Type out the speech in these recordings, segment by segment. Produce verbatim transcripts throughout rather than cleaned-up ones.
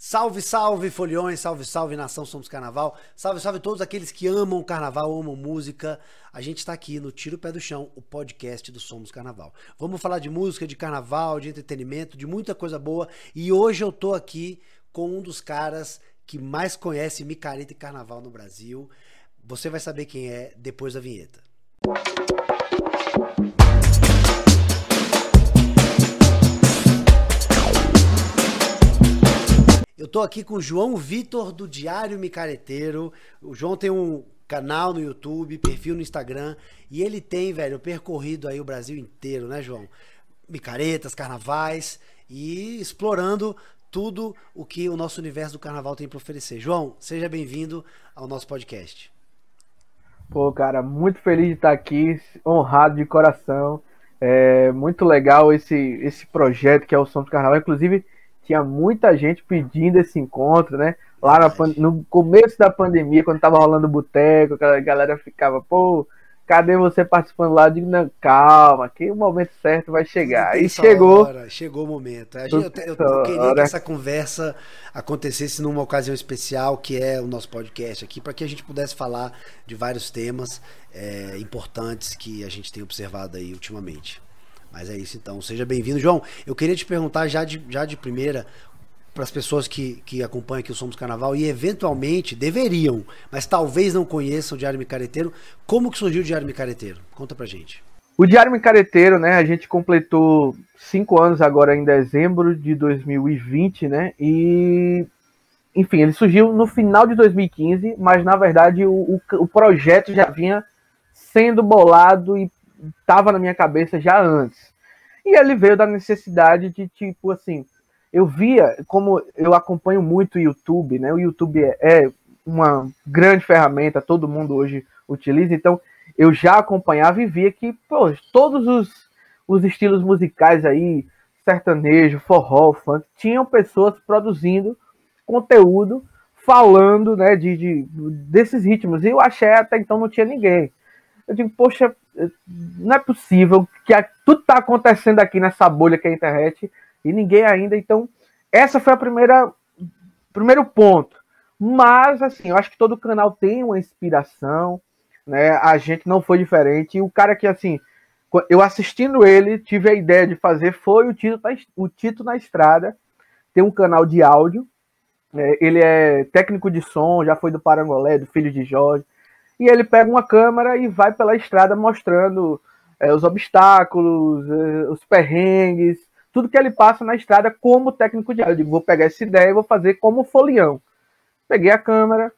Salve, salve, foliões, salve, salve, nação Somos Carnaval, salve, salve todos aqueles que amam o carnaval, amam música. A gente tá aqui no Tira o Pé do Chão, o podcast do Somos Carnaval. Vamos falar de música, de carnaval, de entretenimento, de muita coisa boa. E hoje eu tô aqui com um dos caras que mais conhece micareta e carnaval no Brasil. Você vai saber quem é depois da vinheta. Eu tô aqui com o João Vitor do Diário Micareteiro. O João tem um canal no YouTube, perfil no Instagram, e ele tem, velho, percorrido aí o Brasil inteiro, né, João? Micaretas, carnavais e explorando tudo o que o nosso universo do carnaval tem para oferecer. João, seja bem-vindo ao nosso podcast. Pô, cara, muito feliz de estar aqui, honrado de coração. É muito legal esse, esse projeto que é o Som do Carnaval. Inclusive, tinha muita gente pedindo esse encontro, né? Lá na, no começo da pandemia, quando tava rolando o boteco, a galera ficava, pô, cadê você participando lá? Eu digo, não, calma, que o momento certo vai chegar. Aí chegou. Hora, chegou o momento. A gente, eu, eu, eu queria que essa conversa acontecesse numa ocasião especial, que é o nosso podcast aqui, para que a gente pudesse falar de vários temas é, importantes que a gente tem observado aí ultimamente. Mas é isso então, seja bem-vindo. João, eu queria te perguntar já de, já de primeira, para as pessoas que, que acompanham aqui o Somos Carnaval e eventualmente deveriam, mas talvez não conheçam o Diário Micareteiro, como que surgiu o Diário Micareteiro? Conta pra gente. O Diário Micareteiro, né, a gente completou cinco anos agora em dezembro de dois mil e vinte, né, e enfim, ele surgiu no final de dois mil e quinze, mas na verdade o, o, o projeto já vinha sendo bolado e estava na minha cabeça já antes. E ele veio da necessidade de, tipo, assim, eu via, como eu acompanho muito o YouTube, né? O YouTube é, é uma grande ferramenta, todo mundo hoje utiliza, então eu já acompanhava e via que, pô, todos os, os estilos musicais aí, sertanejo, forró, funk, tinham pessoas produzindo conteúdo, falando, né, de, de, desses ritmos. E eu achei até então não tinha ninguém. Eu digo, poxa, não é possível que tudo está acontecendo aqui nessa bolha que é a internet e ninguém ainda. Então, essa foi a primeira primeiro ponto. Mas, assim, eu acho que todo canal tem uma inspiração, né? A gente não foi diferente. E o cara que, assim, eu assistindo ele, tive a ideia de fazer, foi o Tito, o Tito na Estrada. Tem um canal de áudio. Né? Ele é técnico de som, já foi do Parangolé, do Filho de Jorge. E ele pega uma câmera e vai pela estrada mostrando é, os obstáculos, é, os perrengues, tudo que ele passa na estrada como técnico de áudio. Eu digo, vou pegar essa ideia e vou fazer como folião. Peguei a câmera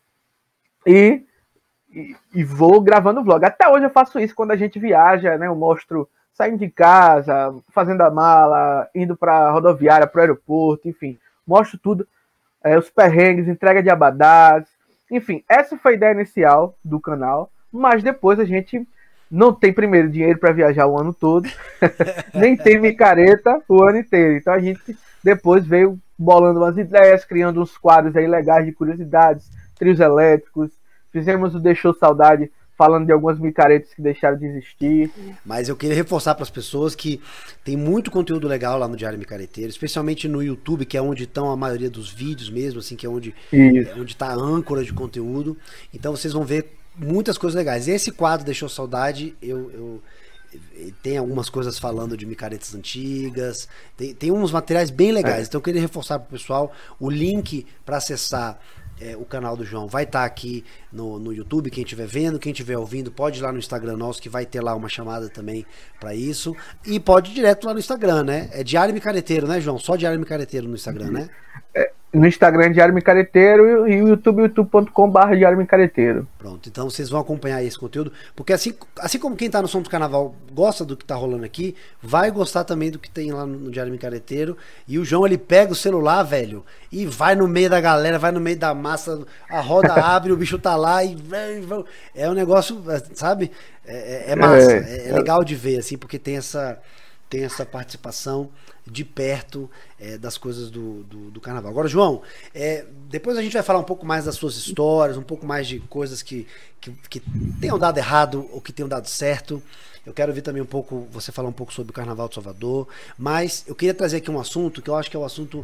e, e, e vou gravando vlog. Até hoje eu faço isso quando a gente viaja, né? Eu mostro saindo de casa, fazendo a mala, indo para a rodoviária, para o aeroporto, enfim. Mostro tudo, é, os perrengues, entrega de abadás. Enfim, essa foi a ideia inicial do canal, mas depois a gente não tem, primeiro, dinheiro para viajar o ano todo, nem tem micareta o ano inteiro. Então a gente depois veio bolando umas ideias, criando uns quadros aí legais de curiosidades, trios elétricos, fizemos o Deixou Saudade, falando de algumas micaretas que deixaram de existir. Mas eu queria reforçar para as pessoas que tem muito conteúdo legal lá no Diário Micareteiro, especialmente no YouTube, que é onde estão a maioria dos vídeos mesmo, assim, que é onde é onde está a âncora de conteúdo. Então vocês vão ver muitas coisas legais. Esse quadro Deixou Saudade, eu, eu tem algumas coisas falando de micaretas antigas, tem, tem uns materiais bem legais. É. Então eu queria reforçar para o pessoal o link para acessar É, o canal do João vai estar tá aqui no, no YouTube, quem estiver vendo, quem estiver ouvindo, pode ir lá no Instagram nosso, que vai ter lá uma chamada também para isso, e pode ir direto lá no Instagram, né? É Diário Micareteiro, né, João? Só Diário Micareteiro no Instagram, né? É, no Instagram é Diário Micareteiro e o YouTube, youtube ponto com barra Diário Micareteiro. Pronto, então vocês vão acompanhar esse conteúdo, porque assim, assim como quem tá no Som do Carnaval gosta do que tá rolando aqui, vai gostar também do que tem lá no, no Diário Micareteiro. E o João, ele pega o celular, velho, e vai no meio da galera, vai no meio da massa, a roda abre, o bicho tá lá e é um negócio, sabe? É, é, é massa, é, é legal de ver, assim, porque tem essa, tem essa participação de perto é, das coisas do, do, do carnaval. Agora, João, é, depois a gente vai falar um pouco mais das suas histórias, um pouco mais de coisas que, que, que tenham dado errado ou que tenham dado certo. Eu quero ouvir também um pouco, você falar um pouco sobre o Carnaval de Salvador, mas eu queria trazer aqui um assunto que eu acho que é o assunto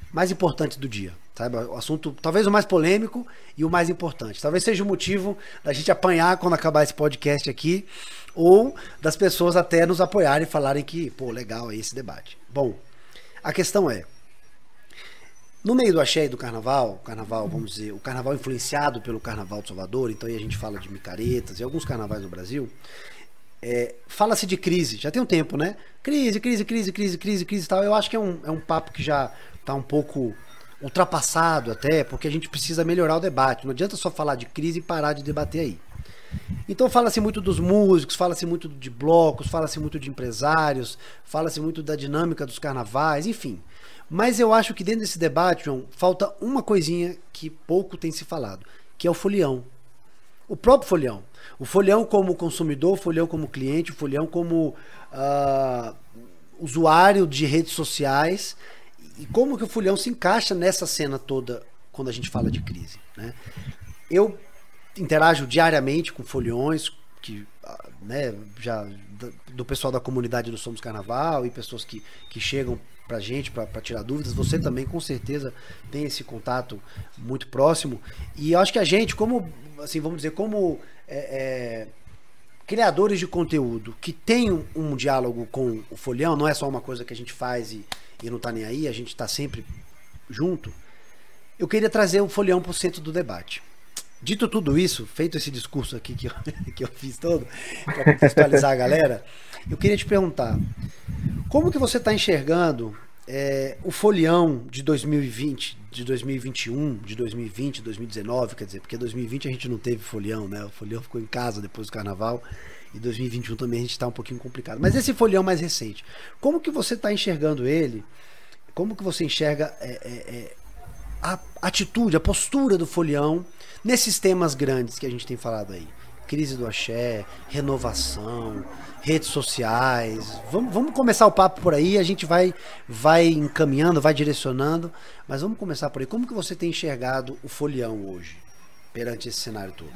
mais importantes do dia. Sabe? O assunto, talvez o mais polêmico e o mais importante. Talvez seja o motivo da gente apanhar quando acabar esse podcast aqui, ou das pessoas até nos apoiarem e falarem que, pô, legal é esse debate. Bom, a questão é, no meio do axé e do carnaval, o carnaval, vamos dizer, o carnaval influenciado pelo Carnaval de Salvador, então aí a gente fala de micaretas e alguns carnavais no Brasil, é, fala-se de crise, já tem um tempo, né? Crise, crise, crise, crise, crise, crise e tal. Eu acho que é um, é um papo que já tá um pouco ultrapassado até, porque a gente precisa melhorar o debate. Não adianta só falar de crise e parar de debater aí. Então fala-se muito dos músicos, fala-se muito de blocos, fala-se muito de empresários, fala-se muito da dinâmica dos carnavais, enfim. Mas eu acho que dentro desse debate, João, falta uma coisinha que pouco tem se falado, que é o folião. O próprio folião. O folião como consumidor, o folião como cliente, o folião como uh, usuário de redes sociais, e como que o folião se encaixa nessa cena toda quando a gente fala de crise, né? Eu interajo diariamente com foliões, que, né, já do pessoal da comunidade do Somos Carnaval e pessoas que, que chegam pra gente para tirar dúvidas. Você também com certeza tem esse contato muito próximo, e eu acho que a gente, como assim, vamos dizer, como é, é, criadores de conteúdo que tem um, um diálogo com o folião, não é só uma coisa que a gente faz e, e não tá nem aí, a gente tá sempre junto. Eu queria trazer o folião pro centro do debate. Dito tudo isso, feito esse discurso aqui que eu, que eu fiz todo, para contextualizar a galera, eu queria te perguntar, como que você está enxergando é, o folião de dois mil e vinte, de dois mil e vinte e um, de dois mil e vinte, dois mil e dezenove, quer dizer, porque dois mil e vinte a gente não teve folião, né? O folião ficou em casa depois do carnaval, e dois mil e vinte e um também a gente está um pouquinho complicado. Mas esse folião mais recente, como que você está enxergando ele? Como que você enxerga é, é, é, a atitude, a postura do folião nesses temas grandes que a gente tem falado aí? Crise do axé, renovação, redes sociais. Vamos, vamos começar o papo por aí, a gente vai, vai encaminhando, vai direcionando, mas vamos começar por aí. Como que você tem enxergado o folião hoje, perante esse cenário todo?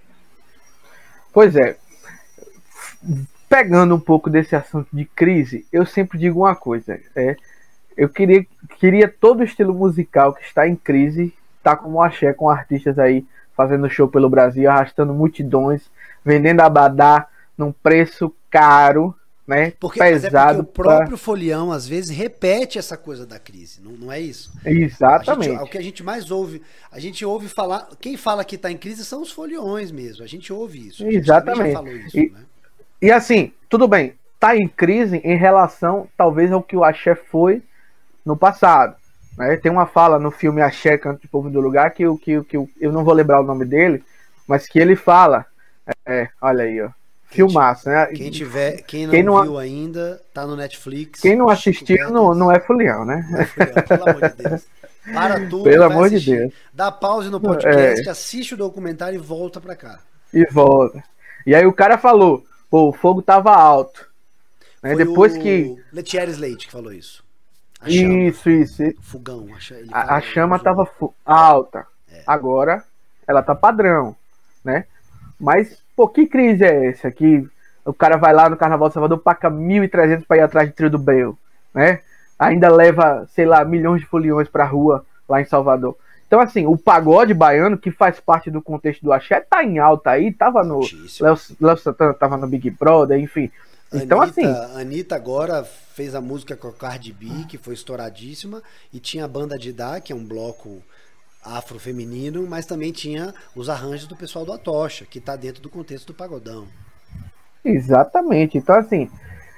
Pois é, pegando um pouco desse assunto de crise, eu sempre digo uma coisa, é, eu queria, queria todo o estilo musical que está em crise, tá como o axé, com artistas aí fazendo show pelo Brasil, arrastando multidões, vendendo abadá num preço caro, né? Porque, pesado. Mas é porque o próprio pra... folião, às vezes, repete essa coisa da crise, não, não é isso? Exatamente. Gente, o que a gente mais ouve, a gente ouve falar, quem fala que está em crise são os foliões mesmo, a gente ouve isso. A gente Exatamente. Já falou isso, e, né? e assim, tudo bem, tá em crise em relação, talvez, ao que o axé foi no passado. Né? Tem uma fala no filme Axé, Canto de Povo do Lugar, que, eu, que, eu, que eu, eu não vou lembrar o nome dele, mas que ele fala, é, olha aí, ó, filmaço, né? Quem tiver, quem não, quem não viu ainda, tá no Netflix. Quem não assistiu não, não é folião, né? Não é folião, pelo amor de Deus. Para tudo, pelo amor de Deus. Dá pause no podcast, é. assiste o documentário e volta pra cá. E volta. E aí o cara falou, pô, o fogo tava alto. Né? Depois o que... Letieres Leite que falou isso. A isso, chama. isso. Fogão. A, a, a chama estava alta. É. Agora ela tá padrão, né? Mas, pô, que crise é essa? Que o cara vai lá no Carnaval de Salvador, paga mil e trezentos para ir atrás de Trio do Breu, né? Ainda leva, sei lá, milhões de foliões pra rua lá em Salvador. Então, assim, o pagode baiano, que faz parte do contexto do axé, tá em alta aí, tava no... Léo, Léo Santana tava no Big Brother, enfim... Então, Anitta, assim, a Anitta agora fez a música com a Cardi B, que foi estouradíssima, e tinha a banda Didá, que é um bloco afrofeminino, mas também tinha os arranjos do pessoal do Atocha, que está dentro do contexto do pagodão. Exatamente. Então, assim,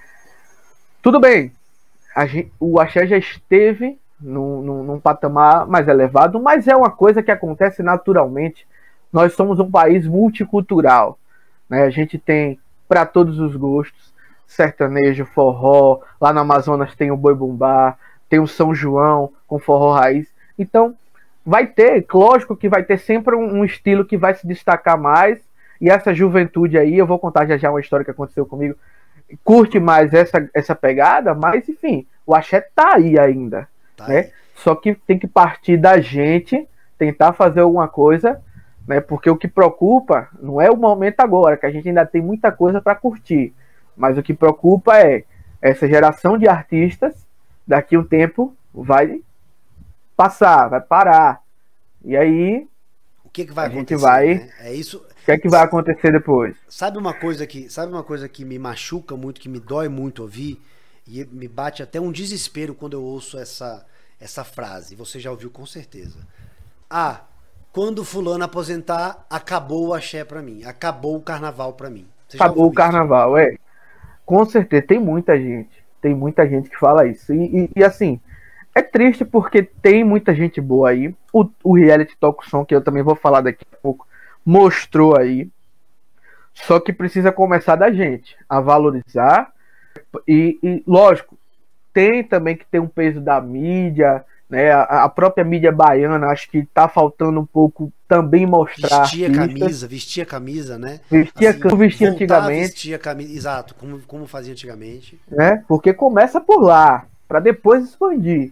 tudo bem, a gente, o axé já esteve num, num, num patamar mais elevado, mas é uma coisa que acontece naturalmente. Nós somos um país multicultural, né? A gente tem para todos os gostos, sertanejo, forró, lá no Amazonas tem o Boi Bumbá, tem o São João com forró raiz. Então, vai ter, lógico que vai ter sempre um, um estilo que vai se destacar mais, e essa juventude aí, eu vou contar já já uma história que aconteceu comigo, curte mais essa, essa pegada, mas enfim, o axé tá aí ainda, tá, né? Aí. Só que tem que partir da gente, tentar fazer alguma coisa, né? Porque o que preocupa não é o momento agora, que a gente ainda tem muita coisa para curtir, mas o que preocupa é essa geração de artistas, daqui a um tempo vai passar, vai parar. E aí... O que, que vai a acontecer? Gente vai... Né? É isso... O que é que vai acontecer depois? Sabe uma coisa que, sabe uma coisa que me machuca muito, que me dói muito ouvir, e me bate até um desespero quando eu ouço essa, essa frase. Você já ouviu com certeza. Ah, quando fulano aposentar, acabou o axé pra mim. Acabou o carnaval pra mim. Você acabou o carnaval, é. Com certeza, tem muita gente. Tem muita gente que fala isso. E, e, e assim, é triste porque tem muita gente boa aí. O, o reality Talk Som, que eu também vou falar daqui a pouco, mostrou aí. Só que precisa começar da gente a valorizar. E, e lógico, tem também que ter um peso da mídia, né? A, a própria mídia baiana, acho que tá faltando um pouco também mostrar. Vestia a camisa, vestia a camisa, né? Vestia assim, como vestia antigamente. Vestia camisa, exato, como, como fazia antigamente. Né? Porque começa por lá, para depois expandir.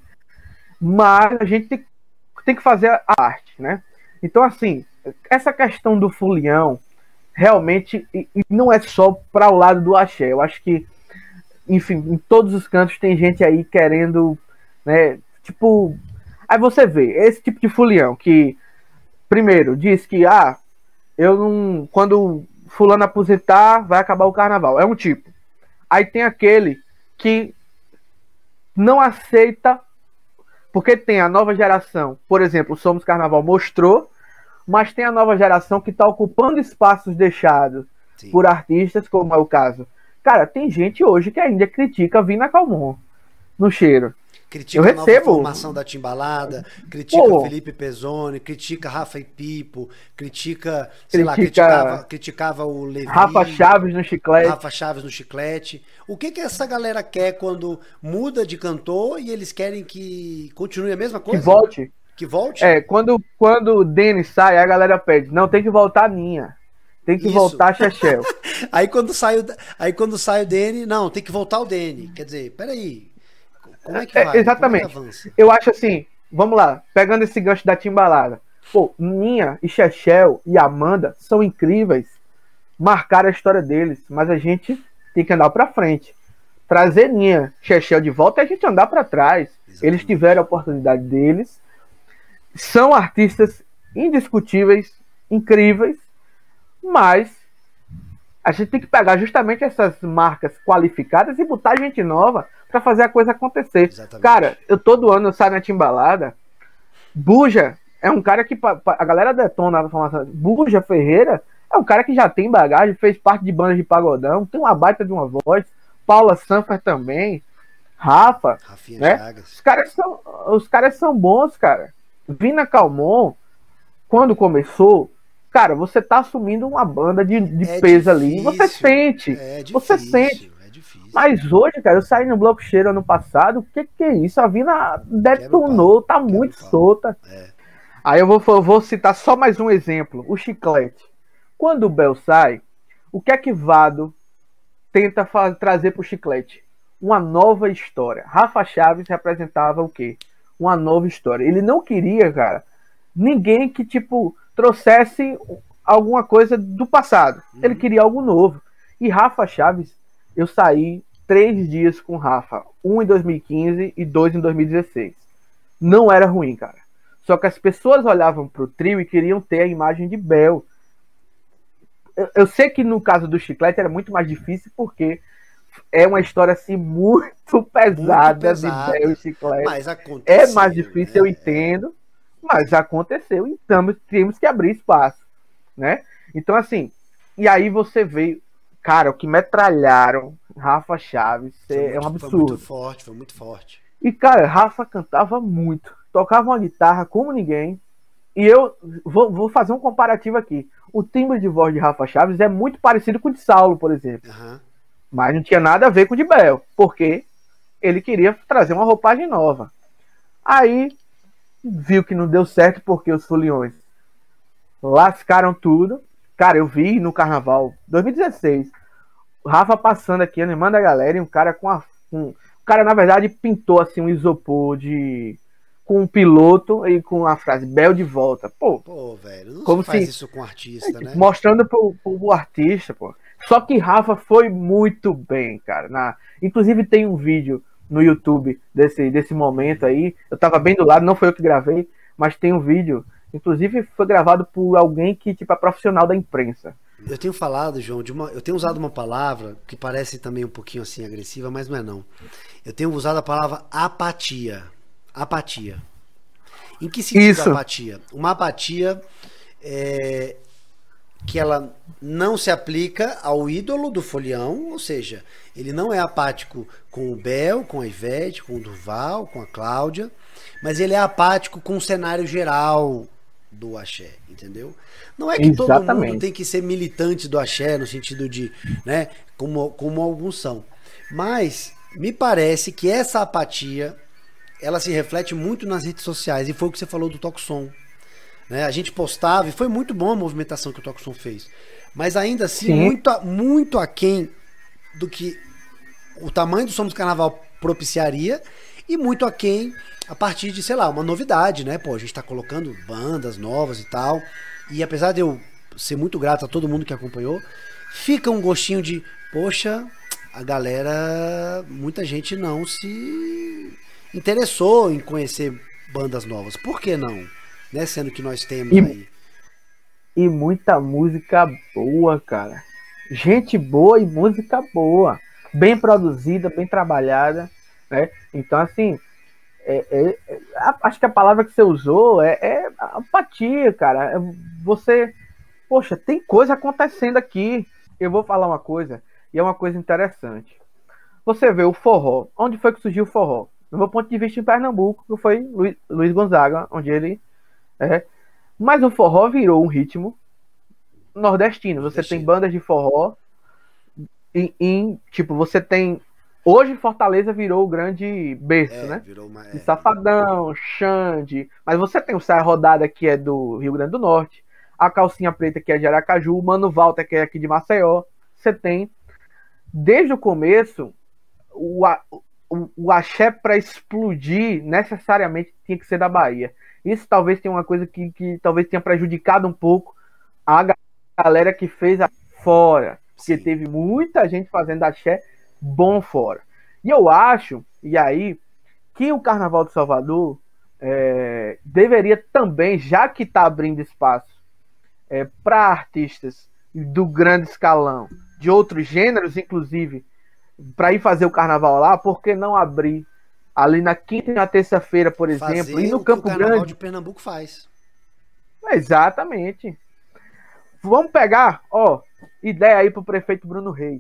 Mas a gente tem, tem que fazer a arte, né? Então, assim, essa questão do fulião realmente e, e não é só para o lado do axé. Eu acho que, enfim, em todos os cantos tem gente aí querendo, né? Tipo, aí você vê esse tipo de fulião que, primeiro, diz que, ah, eu não. Quando fulano aposentar, vai acabar o carnaval. É um tipo. Aí tem aquele que não aceita, porque tem a nova geração, por exemplo, o Somos Carnaval mostrou, mas tem a nova geração que está ocupando espaços deixados Sim. por artistas, como é o caso. Cara, tem gente hoje que ainda critica Vina Calmon no cheiro. Critica eu a nova recebo. formação da Timbalada, critica Pô. Felipe Pezzoni, critica Rafa e Pipo, critica, sei critica, lá, criticava, criticava o Levi, Rafa Chaves no Chiclete. Rafa Chaves no Chiclete. O que que essa galera quer quando muda de cantor e eles querem que continue a mesma coisa? Que volte. Que volte? É, quando, quando o Denis sai, a galera pede, não, tem que voltar a minha. Tem que Isso. voltar a Chechel. aí, quando sai o, aí quando sai o Dene, não, tem que voltar o Dene. Quer dizer, peraí. Como é que vai? É, exatamente. Como é que eu acho assim, vamos lá, pegando esse gancho da Timbalada. Pô, Ninha e Chechel e Amanda são incríveis. Marcaram a história deles, mas a gente tem que andar pra frente. Trazer Ninha e Chechel de volta é a gente andar pra trás. Exatamente. Eles tiveram a oportunidade deles. São artistas indiscutíveis, incríveis, mas a gente tem que pegar justamente essas marcas qualificadas e botar gente nova para fazer a coisa acontecer. Exatamente. Cara, eu todo ano eu saio na Timbalada. Buja é um cara que a galera detona a formação. Buja Ferreira é um cara que já tem bagagem, fez parte de bandas de pagodão, tem uma baita de uma voz. Paula Sanfer também. Rafa. Rafinha né? Chagas. Os caras são, os caras são bons, cara. Vina Calmon, quando começou, cara, você tá assumindo uma banda de, de é peso difícil, ali. Você sente. É difícil, você sente. É difícil. Mas hoje, cara, eu saí no Bloco Cheiro ano passado. O que que é isso? A Vina detonou, tá Quebra muito solta. É. Aí eu vou, eu vou citar só mais um exemplo. O Chiclete. Quando o Bel sai, o que é que Vado tenta fazer, trazer pro Chiclete? Uma nova história. Rafa Chaves representava o quê? Uma nova história. Ele não queria, cara, ninguém que, tipo, trouxesse alguma coisa do passado. Uhum. Ele queria algo novo. E Rafa Chaves, eu saí três dias com Rafa. Um em dois mil e quinze e dois em dois mil e dezesseis. Não era ruim, cara. Só que as pessoas olhavam pro trio e queriam ter a imagem de Bel. Eu, eu sei que no caso do Chiclete era muito mais difícil porque é uma história assim muito pesada, muito pesada de Bel e Chiclete. Mas aconteceu, é mais difícil, né? Eu entendo. Mas aconteceu, então temos que abrir espaço, né? Então, assim, e aí você vê, cara, o que metralharam Rafa Chaves foi é, muito, é um absurdo. Foi muito forte, foi muito forte. E, cara, Rafa cantava muito, tocava uma guitarra como ninguém. E eu vou, vou fazer um comparativo aqui. O timbre de voz de Rafa Chaves é muito parecido com o de Saulo, por exemplo. Uhum. Mas não tinha nada a ver com o de Bel, porque ele queria trazer uma roupagem nova. Aí viu que não deu certo porque os foliões lascaram tudo. Cara, eu vi no carnaval dois mil e dezesseis o Rafa passando aqui, animando a galera, e um cara com a. Um, o cara, na verdade, pintou assim um isopor de. Com um piloto e com a frase Bel de volta. Pô, pô velho, não como se faz se, isso com o artista, né? Mostrando pro, pro artista, pô. Só que Rafa foi muito bem, cara. Na, inclusive tem um vídeo no YouTube desse, desse momento aí. Eu tava bem do lado, não foi eu que gravei, mas tem um vídeo, inclusive foi gravado por alguém que, tipo, é profissional da imprensa. Eu tenho falado, João, de uma, eu tenho usado uma palavra que parece também um pouquinho assim agressiva, mas não é não. Eu tenho usado a palavra apatia. Apatia. Em que sentido Isso. apatia? Uma apatia é, que ela não se aplica ao ídolo do Folião, ou seja, ele não é apático com o Bel, com a Ivete, com o Durval, com a Cláudia, mas ele é apático com o cenário geral do axé, entendeu? Não é que Exatamente. todo mundo tem que ser militante do axé, no sentido de, né, como, como alguns são, mas me parece que essa apatia ela se reflete muito nas redes sociais, e foi o que você falou do Toque Som, né? A gente postava, e foi muito bom a movimentação que o Toque Som fez, mas ainda assim, Sim. muito, muito aquém do que o tamanho do Somos Carnaval propiciaria, e muito aquém a partir de, sei lá, uma novidade, né? Pô, a gente tá colocando bandas novas e tal, e apesar de eu ser muito grato a todo mundo que acompanhou, fica um gostinho de, poxa, a galera, muita gente não se interessou em conhecer bandas novas. Por que não? Né? Sendo que nós temos e, aí. E muita música boa, cara. Gente boa e música boa. Bem produzida, bem trabalhada, né? Então, assim, é, é, é, acho que a palavra que você usou é, é apatia, cara. É você, poxa, tem coisa acontecendo aqui. Eu vou falar uma coisa, e é uma coisa interessante. Você vê o forró. Onde foi que surgiu o forró? Do meu ponto de vista, em Pernambuco, que foi Luiz, Luiz Gonzaga, onde ele é. Mas o forró virou um ritmo nordestino. Você Nordestino. tem bandas de forró em, em, tipo, você tem... Hoje Fortaleza virou o grande berço, É, né? virou uma, é, de Safadão, Xande. Mas você tem o Saia Rodada, que é do Rio Grande do Norte. A Calcinha Preta, que é de Aracaju. O Mano Walter, que é aqui de Maceió. Você tem, desde o começo, o, o, o axé para explodir necessariamente tinha que ser da Bahia. Isso talvez tenha uma coisa que, que talvez tenha prejudicado um pouco a galera que fez a fora. Porque Sim. teve muita gente fazendo axé bom fora. E eu acho, e aí, que o Carnaval de Salvador é, deveria também, já que está abrindo espaço é, para artistas do grande escalão, de outros gêneros, inclusive, para ir fazer o carnaval lá, por que não abrir ali na quinta e na terça-feira, por Fazer exemplo, e no o Campo que o Carnaval Grande? de Pernambuco faz. Exatamente. Vamos pegar, ó, ideia aí pro prefeito Bruno Reis.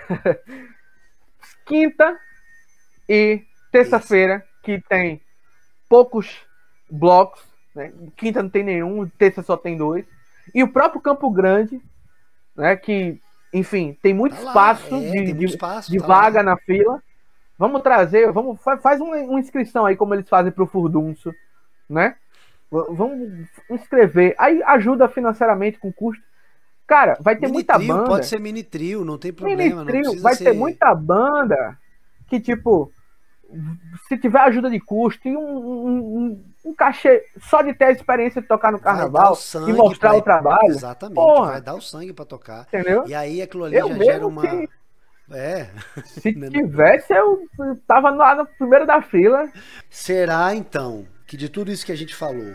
Quinta e terça-feira, que tem poucos blocos, né? Quinta não tem nenhum, terça só tem dois. E o próprio Campo Grande, né, que, enfim, tem muito Tá lá, espaço é, de, tem de, muito espaço, de tá vaga lá. na fila. Vamos trazer, vamos, faz uma, uma inscrição aí, como eles fazem pro Furdunço, né? Vamos inscrever. Aí ajuda financeiramente com custo. Cara, vai ter Mini muita trio, banda. pode ser mini trio, não tem problema. Mini não trio, precisa vai ser... ter muita banda que, tipo, se tiver ajuda de custo e um, um, um, um cachê só de ter a experiência de tocar no carnaval o e mostrar pra... o trabalho. Exatamente, porra, vai dar o sangue pra tocar. Entendeu? E aí aquilo ali Eu já mesmo gera uma... que, É. se tivesse, eu tava lá no primeiro da fila. Será, então, que de tudo isso que a gente falou,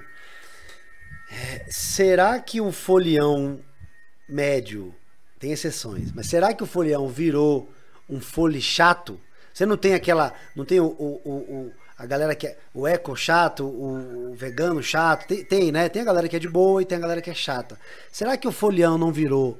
é, será que o folião médio, tem exceções, mas será que o folião virou um fole chato? Você não tem aquela, não tem o, o, o, o a galera que é o eco chato, o, o vegano chato, tem, tem, né? Tem a galera que é de boa e tem a galera que é chata. Será que o folião não virou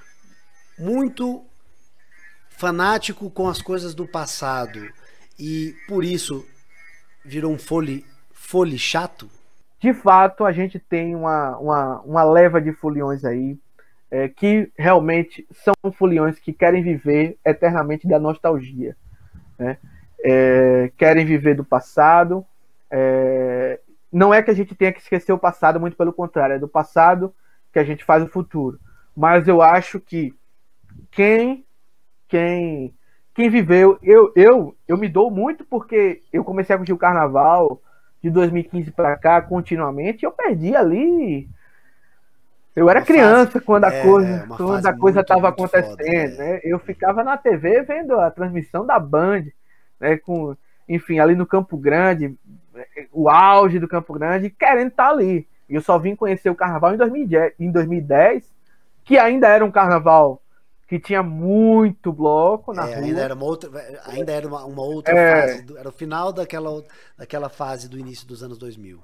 muito fanático com as coisas do passado e por isso virou um fole, fole chato? De fato, a gente tem uma, uma, uma leva de foliões aí é, que realmente são foliões que querem viver eternamente da nostalgia, né? É, querem viver do passado. É, não é que a gente tenha que esquecer o passado, muito pelo contrário, é do passado que a gente faz o futuro. Mas eu acho que quem quem, quem viveu, eu, eu, eu me dou muito porque eu comecei a curtir o carnaval de dois mil e quinze para cá continuamente e eu perdi ali. Eu era uma criança fase, quando a é, coisa uma quando fase a coisa estava muito, muito acontecendo, foda, é. né? Eu ficava na T V vendo a transmissão da Band, né? Com enfim, ali no Campo Grande, o auge do Campo Grande, querendo estar ali. E eu só vim conhecer o carnaval em dois mil e dez, que ainda era um carnaval que tinha muito bloco na é, rua. Ainda era uma outra, ainda era uma, uma outra é, fase, do, era o final daquela, daquela fase do início dos anos dois mil.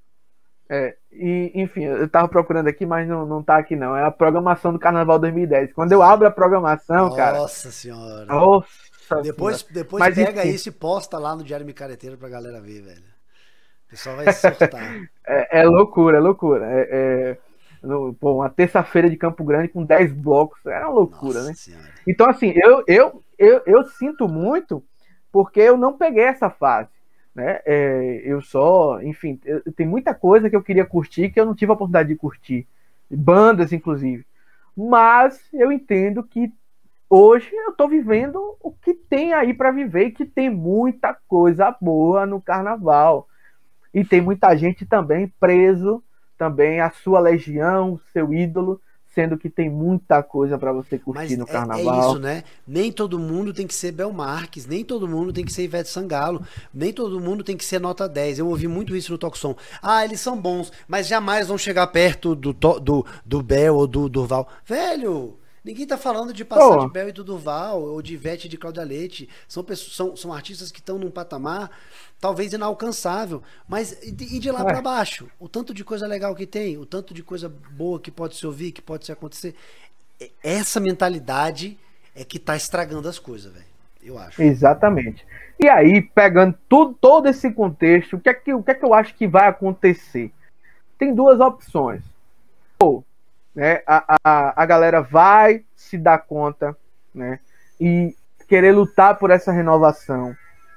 É, e, enfim, eu tava procurando aqui, mas não, não tá aqui não. É a programação do Carnaval dois mil e dez. Quando eu abro a programação, Nossa cara... Nossa senhora. Nossa depois senhora. depois mas, pega enfim, isso e posta lá no Diário Micareteiro pra galera ver, velho. O pessoal vai surtar. é, é loucura, é loucura. É, é, no, pô, uma terça-feira de Campo Grande com dez blocos. Era uma loucura, Nossa né? senhora. Então, assim, eu, eu, eu, eu sinto muito porque eu não peguei essa fase. Né? É, eu só, enfim, eu, tem muita coisa que eu queria curtir que eu não tive a oportunidade de curtir, bandas inclusive, mas eu entendo que hoje eu estou vivendo o que tem aí para viver e que tem muita coisa boa no carnaval e tem muita gente também preso, também a sua legião, seu ídolo, sendo que tem muita coisa para você curtir Mas no é, carnaval. é isso, né? Nem todo mundo tem que ser Bel Marques, nem todo mundo tem que ser Ivete Sangalo, nem todo mundo tem que ser nota dez. Eu ouvi muito isso no Talk Som. Ah, eles são bons, mas jamais vão chegar perto do, do, do Bel ou do Durval. Velho, ninguém tá falando de passar oh. de Bel e do Durval, ou de Ivete e de Cláudia Leite. São, pessoas, são, são artistas que estão num patamar talvez inalcançável, mas e de lá é. para baixo, o tanto de coisa legal que tem, o tanto de coisa boa que pode se ouvir, que pode se acontecer, essa mentalidade é que tá estragando as coisas, velho, eu acho. Exatamente. E aí, pegando tudo, todo esse contexto, o que, é que, o que é que eu acho que vai acontecer? Tem duas opções. Ou, né, a, a, a galera vai se dar conta, né, e querer lutar por essa renovação.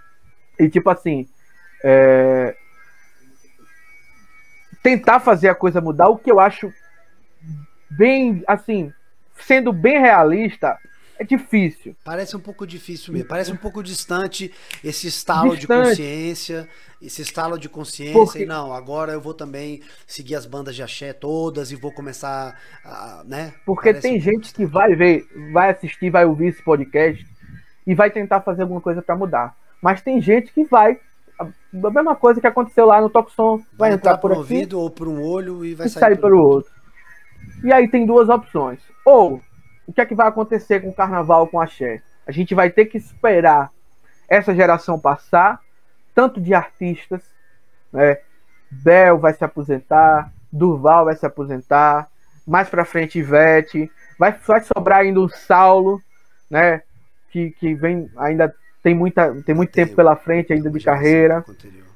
E tipo assim, é... tentar fazer a coisa mudar, o que eu acho bem, assim, sendo bem realista, é difícil. Parece um pouco difícil mesmo, parece um pouco distante esse estalo distante. de consciência, esse estalo de consciência, Porque... e não, agora eu vou também seguir as bandas de axé todas e vou começar a, né? Porque parece tem um gente distante. que vai ver, vai assistir, vai ouvir esse podcast e vai tentar fazer alguma coisa para mudar. Mas tem gente que vai, a mesma coisa que aconteceu lá no Talk Som, vai, vai entrar, entrar por um aqui, ouvido ou por um olho e vai e sair, sair pelo outro. outro. E aí tem duas opções. Ou, o que é que vai acontecer com o carnaval, com a axé? A gente vai ter que esperar essa geração passar, tanto de artistas, né? Bel vai se aposentar, Durval vai se aposentar, mais pra frente Ivete, vai, vai sobrar ainda o Saulo, né? Que, que vem ainda... Tem, muita, tem muito tempo pela frente ainda de carreira.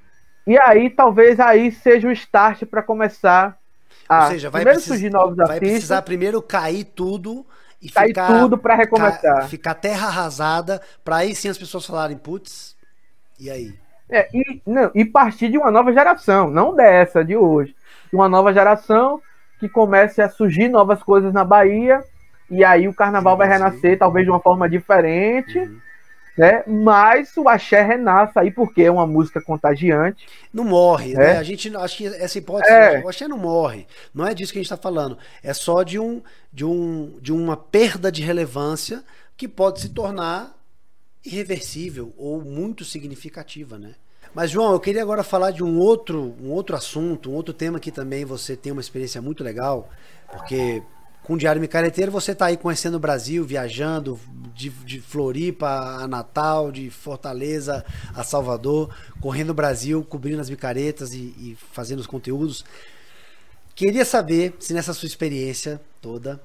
E aí, talvez aí seja o start para começar a Ou seja, vai primeiro precis... surgir novos vai artistas. precisar primeiro cair tudo e cair ficar, tudo para recomeçar. Ca... Ficar terra arrasada, para aí sim as pessoas falarem, putz, e aí? É, e, não, e partir de uma nova geração, não dessa de hoje. De uma nova geração que comece a surgir novas coisas na Bahia, e aí o carnaval vai renascer, talvez de uma forma diferente. Uhum. Né? Mas o axé renasce aí porque é uma música contagiante. Não morre, né? né? A gente acho que essa hipótese, é. o axé não morre. Não é disso que a gente está falando. É só de um, de um, de uma perda de relevância que pode se tornar irreversível ou muito significativa, né? Mas João, eu queria agora falar de um outro, um outro assunto, um outro tema que também você tem uma experiência muito legal, porque com o Diário Micareteiro você está aí conhecendo o Brasil, viajando de, de Floripa a Natal, de Fortaleza a Salvador, correndo o Brasil, cobrindo as micaretas e, e fazendo os conteúdos. Queria saber se nessa sua experiência toda,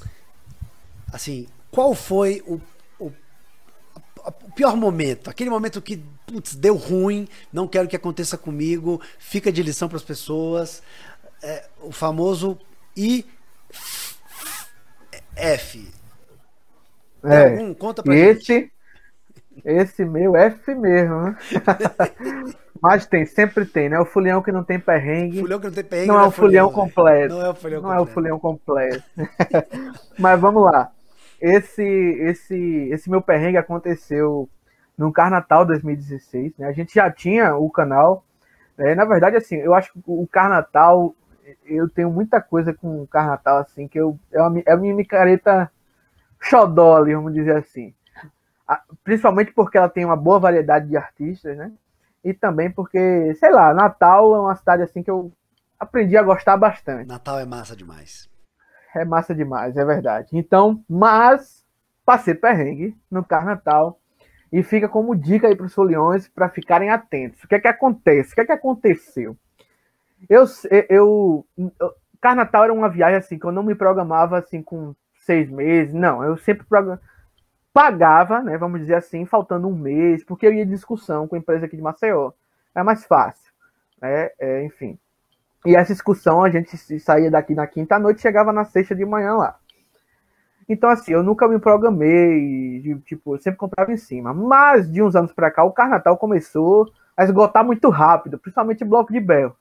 assim, qual foi o, o, o pior momento, aquele momento que putz, deu ruim, não quero que aconteça comigo, fica de lição para as pessoas, é, o famoso I F. Tem é, algum? Conta pra esse, gente. Esse meu F mesmo, né? Mas tem, sempre tem, né? O fulião que não tem perrengue. Fulião que não tem perrengue não, não é o fulião completo. Não é o fulião não completo. é o fulião completo. Mas vamos lá. Esse, esse, esse meu perrengue aconteceu no Carnatal dois mil e dezesseis, né? A gente já tinha o canal. Né? Na verdade, assim, eu acho que o Carnatal, eu tenho muita coisa com o Carnatal, assim, que eu, é, uma, é a minha micareta xodó ali, vamos dizer assim. principalmente porque ela tem uma boa variedade de artistas, né? E também porque, sei lá, Natal é uma cidade assim que eu aprendi a gostar bastante. Natal é massa demais. É massa demais, é verdade. Então, mas passei perrengue no Carnatal e fica como dica aí para os foliões para ficarem atentos. O que é que acontece? O que é que aconteceu? Eu, eu, eu Carnatal era uma viagem assim que eu não me programava assim com seis meses, não. Eu sempre program... pagava, né? Vamos dizer assim, faltando um mês, porque eu ia em discussão com a empresa aqui de Maceió. É mais fácil, né? É, enfim. E essa excursão, a gente saía daqui na quinta noite e chegava na sexta de manhã lá. Então, assim, eu nunca me programei, de, tipo, eu sempre comprava em cima. Mas, de uns anos pra cá, o Carnatal começou a esgotar muito rápido, principalmente bloco de Bel.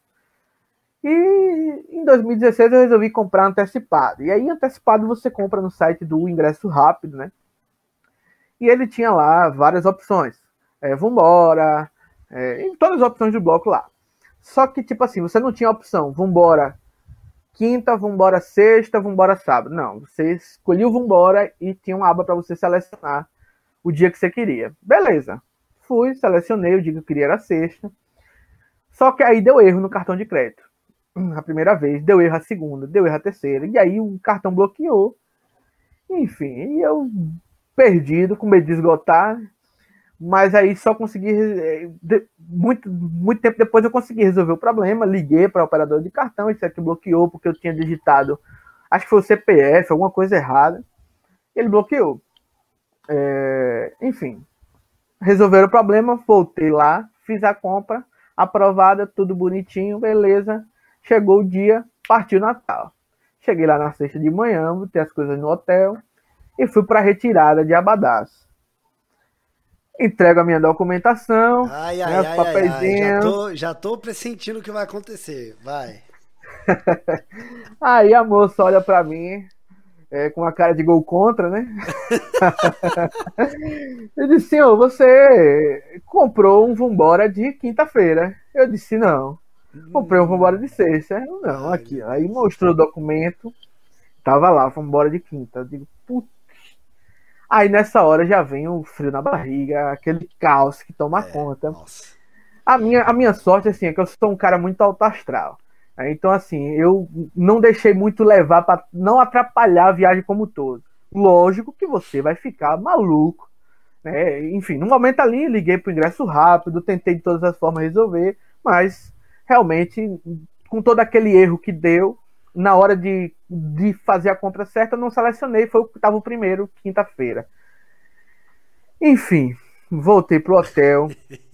E em dois mil e dezesseis eu resolvi comprar antecipado. E aí, antecipado, você compra no site do Ingresso Rápido, né? E ele tinha lá várias opções. É, vambora, é, todas as opções do bloco lá. Só que, tipo assim, você não tinha opção, vambora quinta, vambora sexta, vambora sábado. Não, você escolhia o vambora e tinha uma aba para você selecionar o dia que você queria. Beleza. Fui, selecionei, o dia que eu queria era sexta. Só que aí deu erro no cartão de crédito. A primeira vez, deu erro a segunda, deu erro a terceira. E aí o cartão bloqueou. Enfim, e eu perdido, com medo de esgotar. Mas aí só consegui, muito, muito tempo depois eu consegui resolver o problema, liguei para a operadora de cartão, isso aqui bloqueou porque eu tinha digitado, acho que foi o C P F, alguma coisa errada, ele bloqueou. É, enfim, resolveram o problema, voltei lá, fiz a compra, aprovada, tudo bonitinho, beleza, chegou o dia, partiu o Natal. Cheguei lá na sexta de manhã, botei as coisas no hotel e fui para a retirada de Abadás. Entrego a minha documentação, ai, ai, né, os ai, papeizinhos. Ai, ai. Já tô, já tô pressentindo o que vai acontecer. Vai. Aí a moça olha pra mim é, com uma cara de gol contra, né? Eu disse, senhor, você comprou um vambora de quinta-feira. Eu disse, não. Comprei um vambora de sexta. Eu, não, ai, aqui. Aí mostrou o documento. Tava lá, vambora de quinta. Eu digo, puta. Aí nessa hora já vem o frio na barriga, aquele caos que toma é, conta. Nossa. A minha, a minha sorte assim, é que eu sou um cara muito alto astral. Então, assim, eu não deixei muito levar para não atrapalhar a viagem como um todo. Lógico que você vai ficar maluco. Né? Enfim, no momento ali, liguei para o ingresso rápido, tentei de todas as formas resolver, mas realmente, com todo aquele erro que deu, na hora de, de fazer a compra certa, eu não selecionei, foi o que estava o primeiro, quinta-feira. Enfim, voltei pro hotel,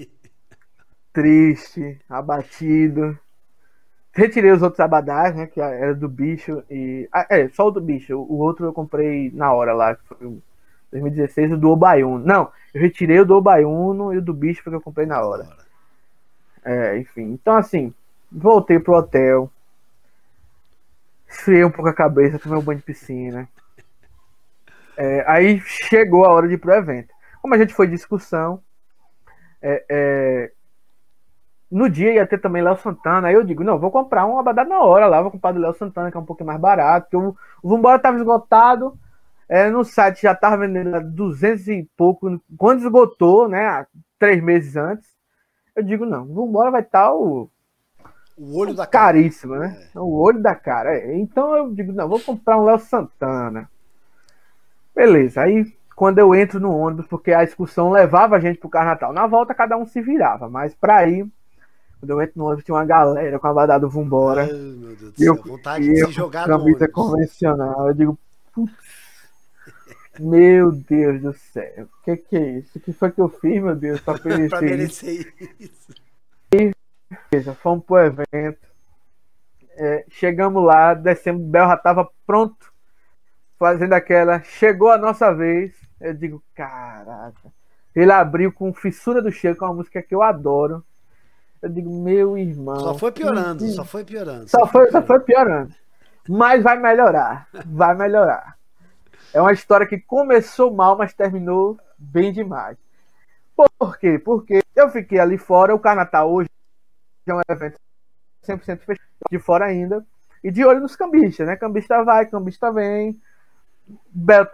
triste, abatido. Retirei os outros abadás, né, que era do bicho, e... Ah, é, só o do bicho, o outro eu comprei na hora lá, que foi o dois mil e dezesseis, o do Obaiuno. Não, eu retirei o do Obaiuno e o do bicho foi que eu comprei na hora. É, enfim, então assim, voltei pro hotel, esfriei um pouco a cabeça, tomei um banho de piscina. É, aí chegou a hora de ir pro evento. Como a gente foi de excursão, é, é, no dia ia ter também Léo Santana. Aí eu digo, não, vou comprar um abadá na hora lá, vou comprar do Léo Santana, que é um pouquinho mais barato. Porque o, o Vambora tava esgotado, é, no site já tava vendendo duzentos e pouco. Quando esgotou, né, três meses antes, eu digo, não, o Vambora vai estar o... O olho da cara. Caríssimo, né? É. O olho da cara. É. Então eu digo, não, vou comprar um Léo Santana. Beleza, aí quando eu entro no ônibus, porque a excursão levava a gente pro Carnatal. Na volta cada um se virava, mas pra ir, quando eu entro no ônibus, tinha uma galera com a badada do Vambora. Ai, meu Deus do céu, eu, vontade de se jogar no ônibus. Camisa convencional. Eu digo, putz, meu Deus do céu, o que que é isso? O que foi que eu fiz, meu Deus, pra merecer, pra merecer isso? isso? Fomos pro evento, é, chegamos lá, descemos, o Bel já tava pronto, fazendo aquela, chegou a nossa vez, eu digo, caraca, ele abriu com Fissura do Cheiro, que é uma música que eu adoro, eu digo, meu irmão... Só foi piorando, que... só foi piorando. Só, só, foi, foi piorando. só foi piorando, mas vai melhorar, vai melhorar. É uma história que começou mal, mas terminou bem demais. Por quê? Porque eu fiquei ali fora, o Carnatal hoje é um evento cem por cento fechado, de fora ainda, e de olho nos cambistas, né? Cambista vai, cambista vem. Bel tava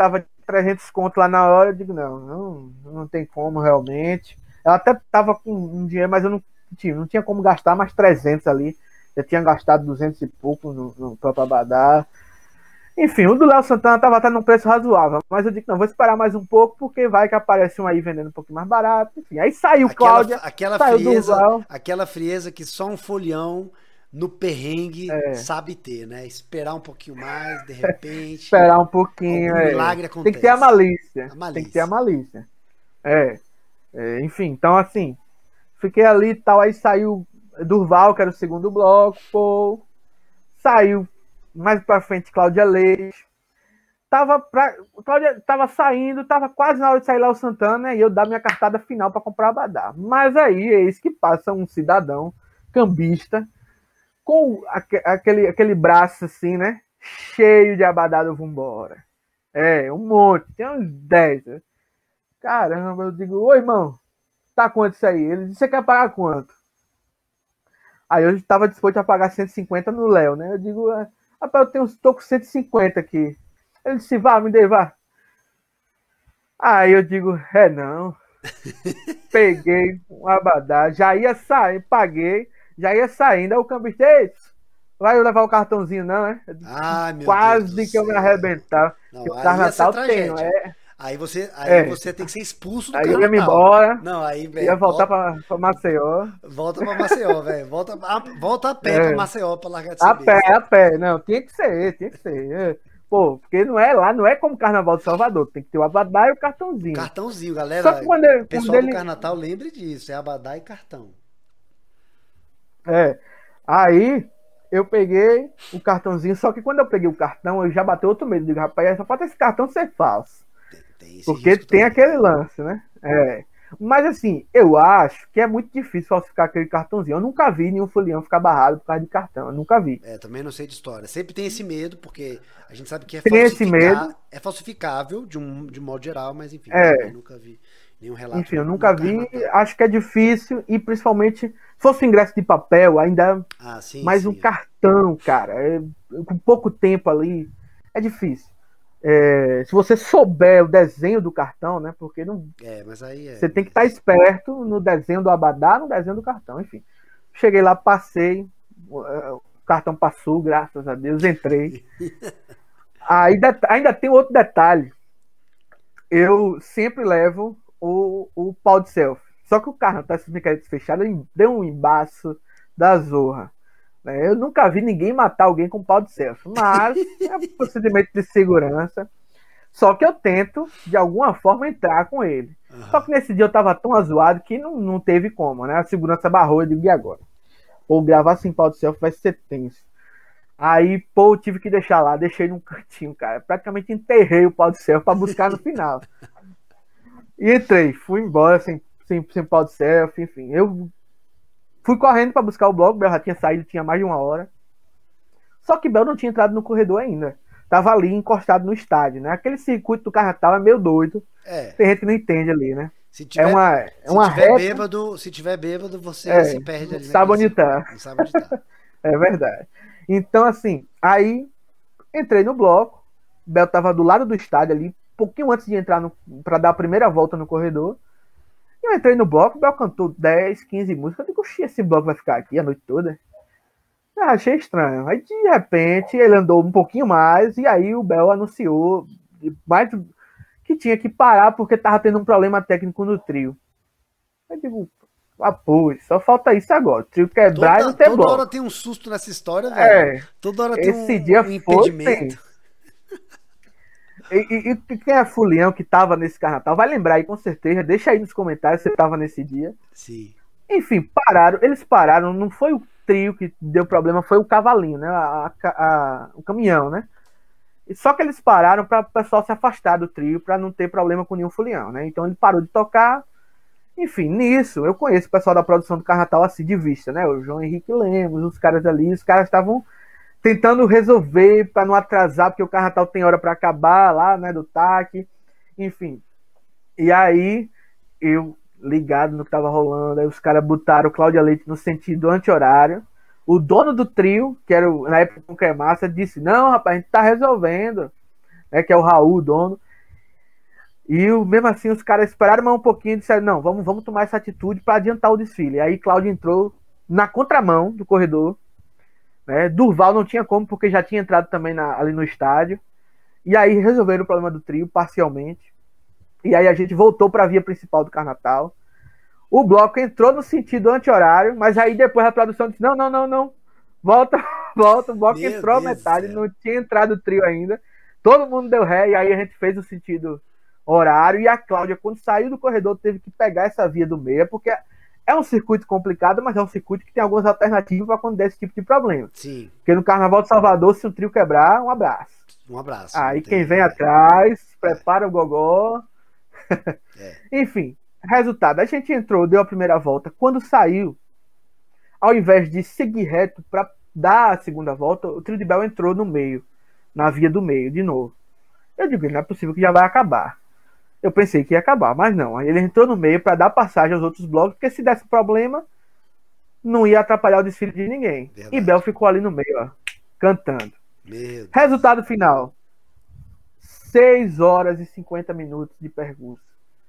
trezentos conto lá na hora, eu digo, não, não, não tem como realmente. Eu até tava com um dinheiro, mas eu não tinha, não tinha como gastar mais trezentos ali. Eu tinha gastado duzentos e pouco no, no próprio Abadá. Enfim, o do Léo Santana tava até num preço razoável, mas eu digo, não, vou esperar mais um pouco, porque vai que aparece um aí vendendo um pouquinho mais barato. Enfim, aí saiu aquela, Cláudia, aquela saiu frieza, Durval. aquela frieza que só um folião no perrengue É. sabe ter, né? Esperar um pouquinho mais, de repente. Esperar um pouquinho. Algum É. milagre acontece. Tem que ter a malícia. A malícia. Tem que ter a malícia. É. é. Enfim, então assim, fiquei ali e tal, aí saiu Durval, que era o segundo bloco, pô. Saiu mais pra frente Cláudia Leite. Tava, pra, Cláudia, tava saindo, tava quase na hora de sair lá o Santana e eu dar minha cartada final para comprar Abadá. Mas aí, eis que passa um cidadão cambista com aquele, aquele braço assim, né? Cheio de Abadá do Vambora. É, um monte, tem uns dez. Caramba, eu digo, oi, irmão, tá quanto isso aí? Ele disse, você quer pagar quanto? Aí eu estava disposto a pagar cento e cinquenta no Léo, né? Eu digo, rapaz, eu tenho, tô com cento e cinquenta aqui. Ele disse, vá, me dê, vá. Aí eu digo, é não. Peguei um Abadá, já ia sair, paguei, já ia saindo. Aí o cambista, vai levar o cartãozinho, não, né? Ah, meu Quase Deus que eu me arrebentava. Não, o Carnatal tenho, é. Aí você, aí é. você tem que ser expulso do aí Carnatal. Aí eu ia me embora. Não, aí, velho. Ia voltar volta, pra, pra Maceió. Volta pra Maceió, velho. Volta, a, volta a pé é. pra Maceió pra largar de A ser pé, besta. a pé. Não, tinha que ser, tinha que ser. É. Pô, porque não é lá, não é como o Carnaval de Salvador. Tem que ter o Abadá e o cartãozinho. Cartãozinho, galera. Só que quando ele, o pessoal quando ele... do Carnatal lembre disso. É Abadá e cartão. É. Aí eu peguei o cartãozinho. Só que quando eu peguei o cartão, eu já bateu outro medo. Eu digo, rapaz, só falta esse cartão ser falso. Tem, tem porque tem também, aquele né? lance, né? É. Mas assim, eu acho que é muito difícil falsificar aquele cartãozinho. Eu nunca vi nenhum folião ficar barrado por causa de cartão. Eu nunca vi. É, também não sei de história. Sempre tem esse medo, porque a gente sabe que é, tem esse medo. é falsificável de um, de um modo geral, mas enfim, é. eu nunca vi nenhum relato. Enfim, eu nunca vi. Acho que é difícil e principalmente se fosse um ingresso de papel, ainda ah, sim, mais sim, um é. cartão, cara. É, com pouco tempo ali, é difícil. É, se você souber o desenho do cartão, né? Porque não. É, mas aí é, você tem que estar esperto no desenho do Abadá, no desenho do cartão, enfim. Cheguei lá, passei, o cartão passou, graças a Deus, entrei. Aí ainda tem outro detalhe. Eu sempre levo o, o pau de selfie. Só que o carro tá fechado, deu um embaço da zorra. Eu nunca vi ninguém matar alguém com pau de selfie, mas é um procedimento de segurança. Só que eu tento, de alguma forma, entrar com ele. Uhum. Só que nesse dia eu tava tão azoado que não, não teve como, né? A segurança barrou, eu digo, e agora? Ou gravar sem pau de selfie vai ser tenso. Aí, pô, eu tive que deixar lá, deixei num cantinho, cara. Praticamente enterrei o pau de selfie pra buscar no final. E entrei, fui embora sem, sem, sem pau de selfie, enfim. Eu fui correndo para buscar o bloco, Bel já tinha saído, tinha mais de uma hora. Só que Bel não tinha entrado no corredor ainda. Tava ali encostado no estádio, né? Aquele circuito do Carnatal é meio doido. É. Tem gente que não entende ali, né? Se tiver, é uma, é se uma tiver reta... bêbado, se tiver bêbado, você é, se perde ali. Sabe onde tá. Não sabe onde tá. É verdade. Então, assim, aí entrei no bloco. Bel tava do lado do estádio ali, pouquinho antes de entrar para dar a primeira volta no corredor. Eu entrei no bloco, o Bel cantou dez, quinze músicas. Eu digo, oxi, esse bloco vai ficar aqui a noite toda? Ah, achei estranho. Aí, de repente, ele andou um pouquinho mais e aí o Bel anunciou mais que tinha que parar porque tava tendo um problema técnico no trio. Eu digo, ah, pô, só falta isso agora. O trio quebrar toda, e não ter toda bloco. Toda hora tem um susto nessa história, velho. É, toda hora tem esse um, dia um impedimento. Foi, E, e, e quem é fulião que tava nesse Carnatal vai lembrar aí com certeza. Deixa aí nos comentários se você tava nesse dia. Sim. Enfim, pararam. Eles pararam. Não foi o trio que deu problema, foi o cavalinho, né? A, a, a, o caminhão, né? E só que eles pararam para o pessoal se afastar do trio para não ter problema com nenhum fulião, né? Então ele parou de tocar. Enfim, nisso eu conheço o pessoal da produção do Carnatal assim de vista, né? O João Henrique Lemos, os caras ali, os caras estavam tentando resolver para não atrasar, porque o Carnatal tem hora para acabar lá, né, do T A C, enfim. E aí, eu ligado no que tava rolando, aí os caras botaram o Cláudia Leite no sentido anti-horário. O dono do trio, que era o, na época o Cremassa, disse, não, rapaz, a gente tá resolvendo, né, que é o Raul, o dono. E o, mesmo assim os caras esperaram mais um pouquinho e disseram, não, vamos, vamos tomar essa atitude para adiantar o desfile. Aí Cláudio entrou na contramão do corredor, né? Durval não tinha como, porque já tinha entrado também na, ali no estádio. E aí resolveram o problema do trio parcialmente. E aí a gente voltou para a via principal do Carnatal. O bloco entrou no sentido anti-horário, mas aí depois a produção disse, não, não, não, não, volta, volta. O bloco Meu entrou a Deus metade, do não tinha entrado o trio ainda. Todo mundo deu ré, e aí a gente fez o sentido horário. E a Cláudia, quando saiu do corredor, teve que pegar essa via do meio, porque é um circuito complicado, mas é um circuito que tem algumas alternativas para quando der esse tipo de problema. Sim. Porque no Carnaval de Salvador, se o trio quebrar, um abraço. Um abraço. Aí tem... quem vem atrás, prepara é. o gogó. É. Enfim, resultado, a gente entrou, deu a primeira volta. Quando saiu, ao invés de seguir reto para dar a segunda volta, o trio de Bel entrou no meio, na via do meio, de novo. Eu digo, não é possível que já vai acabar. Eu pensei que ia acabar, mas não. Aí ele entrou no meio para dar passagem aos outros blocos, porque se desse problema, não ia atrapalhar o desfile de ninguém. Verdade. E Bel ficou ali no meio, ó, cantando. Meu Resultado Deus. Final. seis horas e cinquenta minutos de perguntas.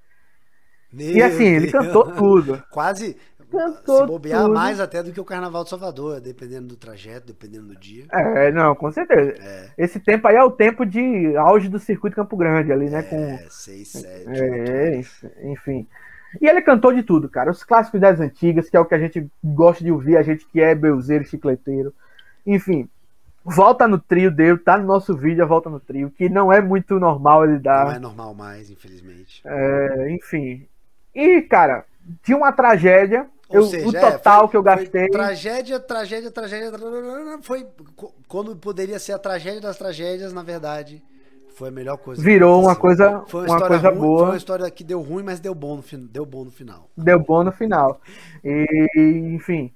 Meu e assim, ele Deus. cantou tudo. Quase cantou se bobear tudo. mais até do que o Carnaval de Salvador, dependendo do trajeto, dependendo do dia. É, não, com certeza. É. Esse tempo aí é o tempo de auge do circuito Campo Grande ali, né? É, com seis, sete, é, enfim. E ele cantou de tudo, cara. Os clássicos das antigas, que é o que a gente gosta de ouvir, a gente que é belzeiro, chicleteiro. Enfim, volta no trio dele, tá no nosso vídeo, a volta no trio, que não é muito normal ele dar. Não é normal mais, infelizmente. É, enfim. E, cara, tinha uma tragédia. Eu, seja, o total é, foi, que eu gastei. Tragédia, tragédia, tragédia. Foi quando poderia ser a tragédia das tragédias, na verdade. Foi a melhor coisa. Virou uma coisa, foi uma, uma coisa ruim, boa. Foi uma história que deu ruim, mas deu bom no, deu bom no final. Deu bom no final. E, enfim.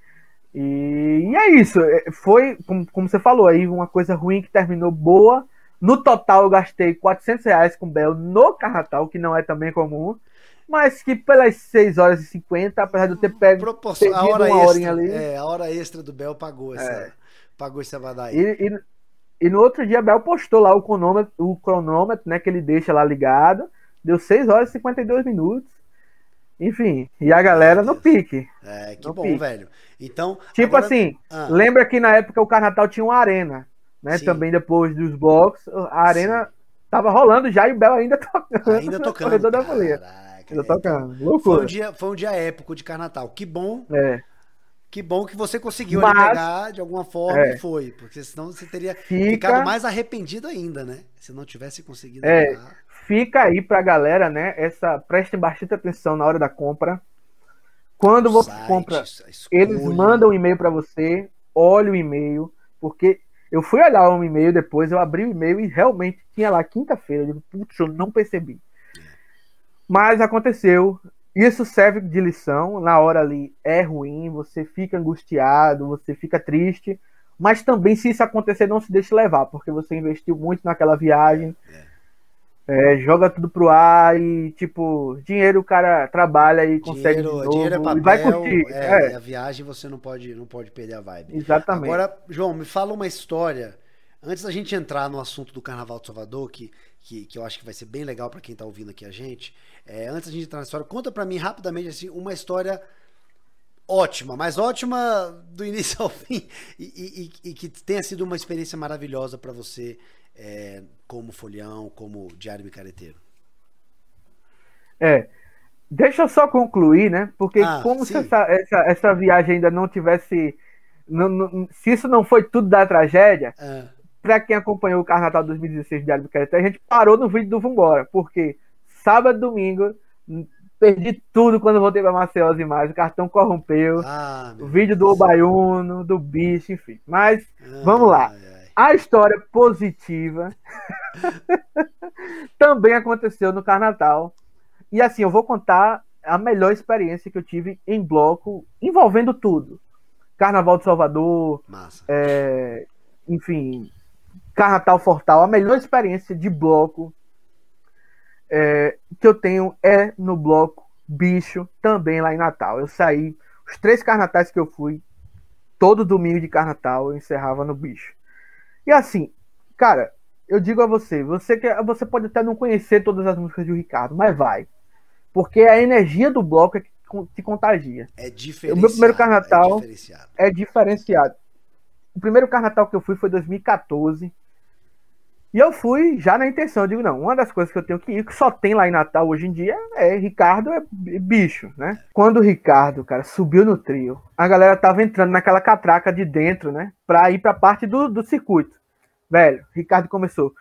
E, e é isso. Foi, como, como você falou aí, uma coisa ruim que terminou boa. No total, eu gastei quatrocentos reais com Bel no Carnatal, que não é também comum. Mas que pelas seis horas e cinquenta, apesar de eu ter pego Proporcion... a hora uma extra, horinha ali. É, a hora extra do Bel pagou essa, é. pagou esse abadaí. E, e, e no outro dia, Bel postou lá o cronômetro, o cronômetro, né, que ele deixa lá ligado. Deu seis horas e cinquenta e dois minutos. Enfim, e a galera no pique. É, que no bom, pique. velho. Então, tipo agora... assim, ah. lembra que na época o Carnatal tinha uma arena, né? Sim. Também depois dos blocos, a arena Sim. tava rolando já e o Bel ainda tocando. Ainda tocando. Corredor da Folia. Ainda tocando. Então, loucura. Foi um, dia, foi um dia épico de Carnatal. Que bom. É. Que bom que você conseguiu Mas, ali pegar de alguma forma é. e foi. Porque senão você teria fica, ficado mais arrependido ainda, né? Se não tivesse conseguido é, pegar. Fica aí pra galera, né? Essa, prestem bastante atenção na hora da compra. Quando você site, compra, eles mandam um e-mail para você, olha o e-mail, porque eu fui olhar um e-mail depois, eu abri o e-mail e realmente tinha lá quinta-feira, eu digo, putz, eu não percebi. É. Mas aconteceu, isso serve de lição, na hora ali é ruim, você fica angustiado, você fica triste, mas também se isso acontecer, não se deixe levar, porque você investiu muito naquela viagem, é, é. É, joga tudo pro ar e, tipo, dinheiro o cara trabalha e consegue dinheiro, de novo, dinheiro é papel, e vai curtir. É, é. A viagem você não pode, não pode perder a vibe. Exatamente. Agora, João, me fala uma história, antes da gente entrar no assunto do Carnaval de Salvador, que, que, que eu acho que vai ser bem legal para quem tá ouvindo aqui a gente, é, antes da gente entrar na história, conta para mim rapidamente, assim, uma história ótima, mas ótima do início ao fim, e, e, e que tenha sido uma experiência maravilhosa para você, É, como folião, como diário micareteiro. É, deixa eu só concluir, né? Porque ah, como se essa, essa, essa viagem ainda não tivesse, não, não, se isso não foi tudo da tragédia, ah. para quem acompanhou o Carnaval dois mil e dezesseis do Diário Micareteiro, a gente parou no vídeo do Vambora, porque sábado, domingo, perdi tudo quando voltei para Maceió as imagens, o cartão corrompeu, ah, o vídeo do Obaiuno, do bicho, enfim. Mas ah, vamos lá. Ai, ai. A história positiva também aconteceu no Carnatal. E assim, eu vou contar a melhor experiência que eu tive em bloco, envolvendo tudo. Carnaval de Salvador, é, enfim, Carnatal Fortal. A melhor experiência de bloco é, que eu tenho é no bloco Bicho, também lá em Natal. Eu saí, os três carnatais que eu fui, todo domingo de Carnatal eu encerrava no Bicho. E assim, cara, eu digo a você, você, que, você pode até não conhecer todas as músicas do Ricardo, mas vai. Porque a energia do bloco é que te contagia. É diferenciado. O meu primeiro Carnatal é diferenciado. é diferenciado. O primeiro Carnatal que eu fui foi em dois mil e quatorze. E eu fui já na intenção, eu digo, não, uma das coisas que eu tenho que ir, que só tem lá em Natal hoje em dia, é Ricardo é bicho, né? Quando o Ricardo, cara, subiu no trio, a galera tava entrando naquela catraca de dentro, né? Pra ir pra parte do, do circuito. Velho, Ricardo começou.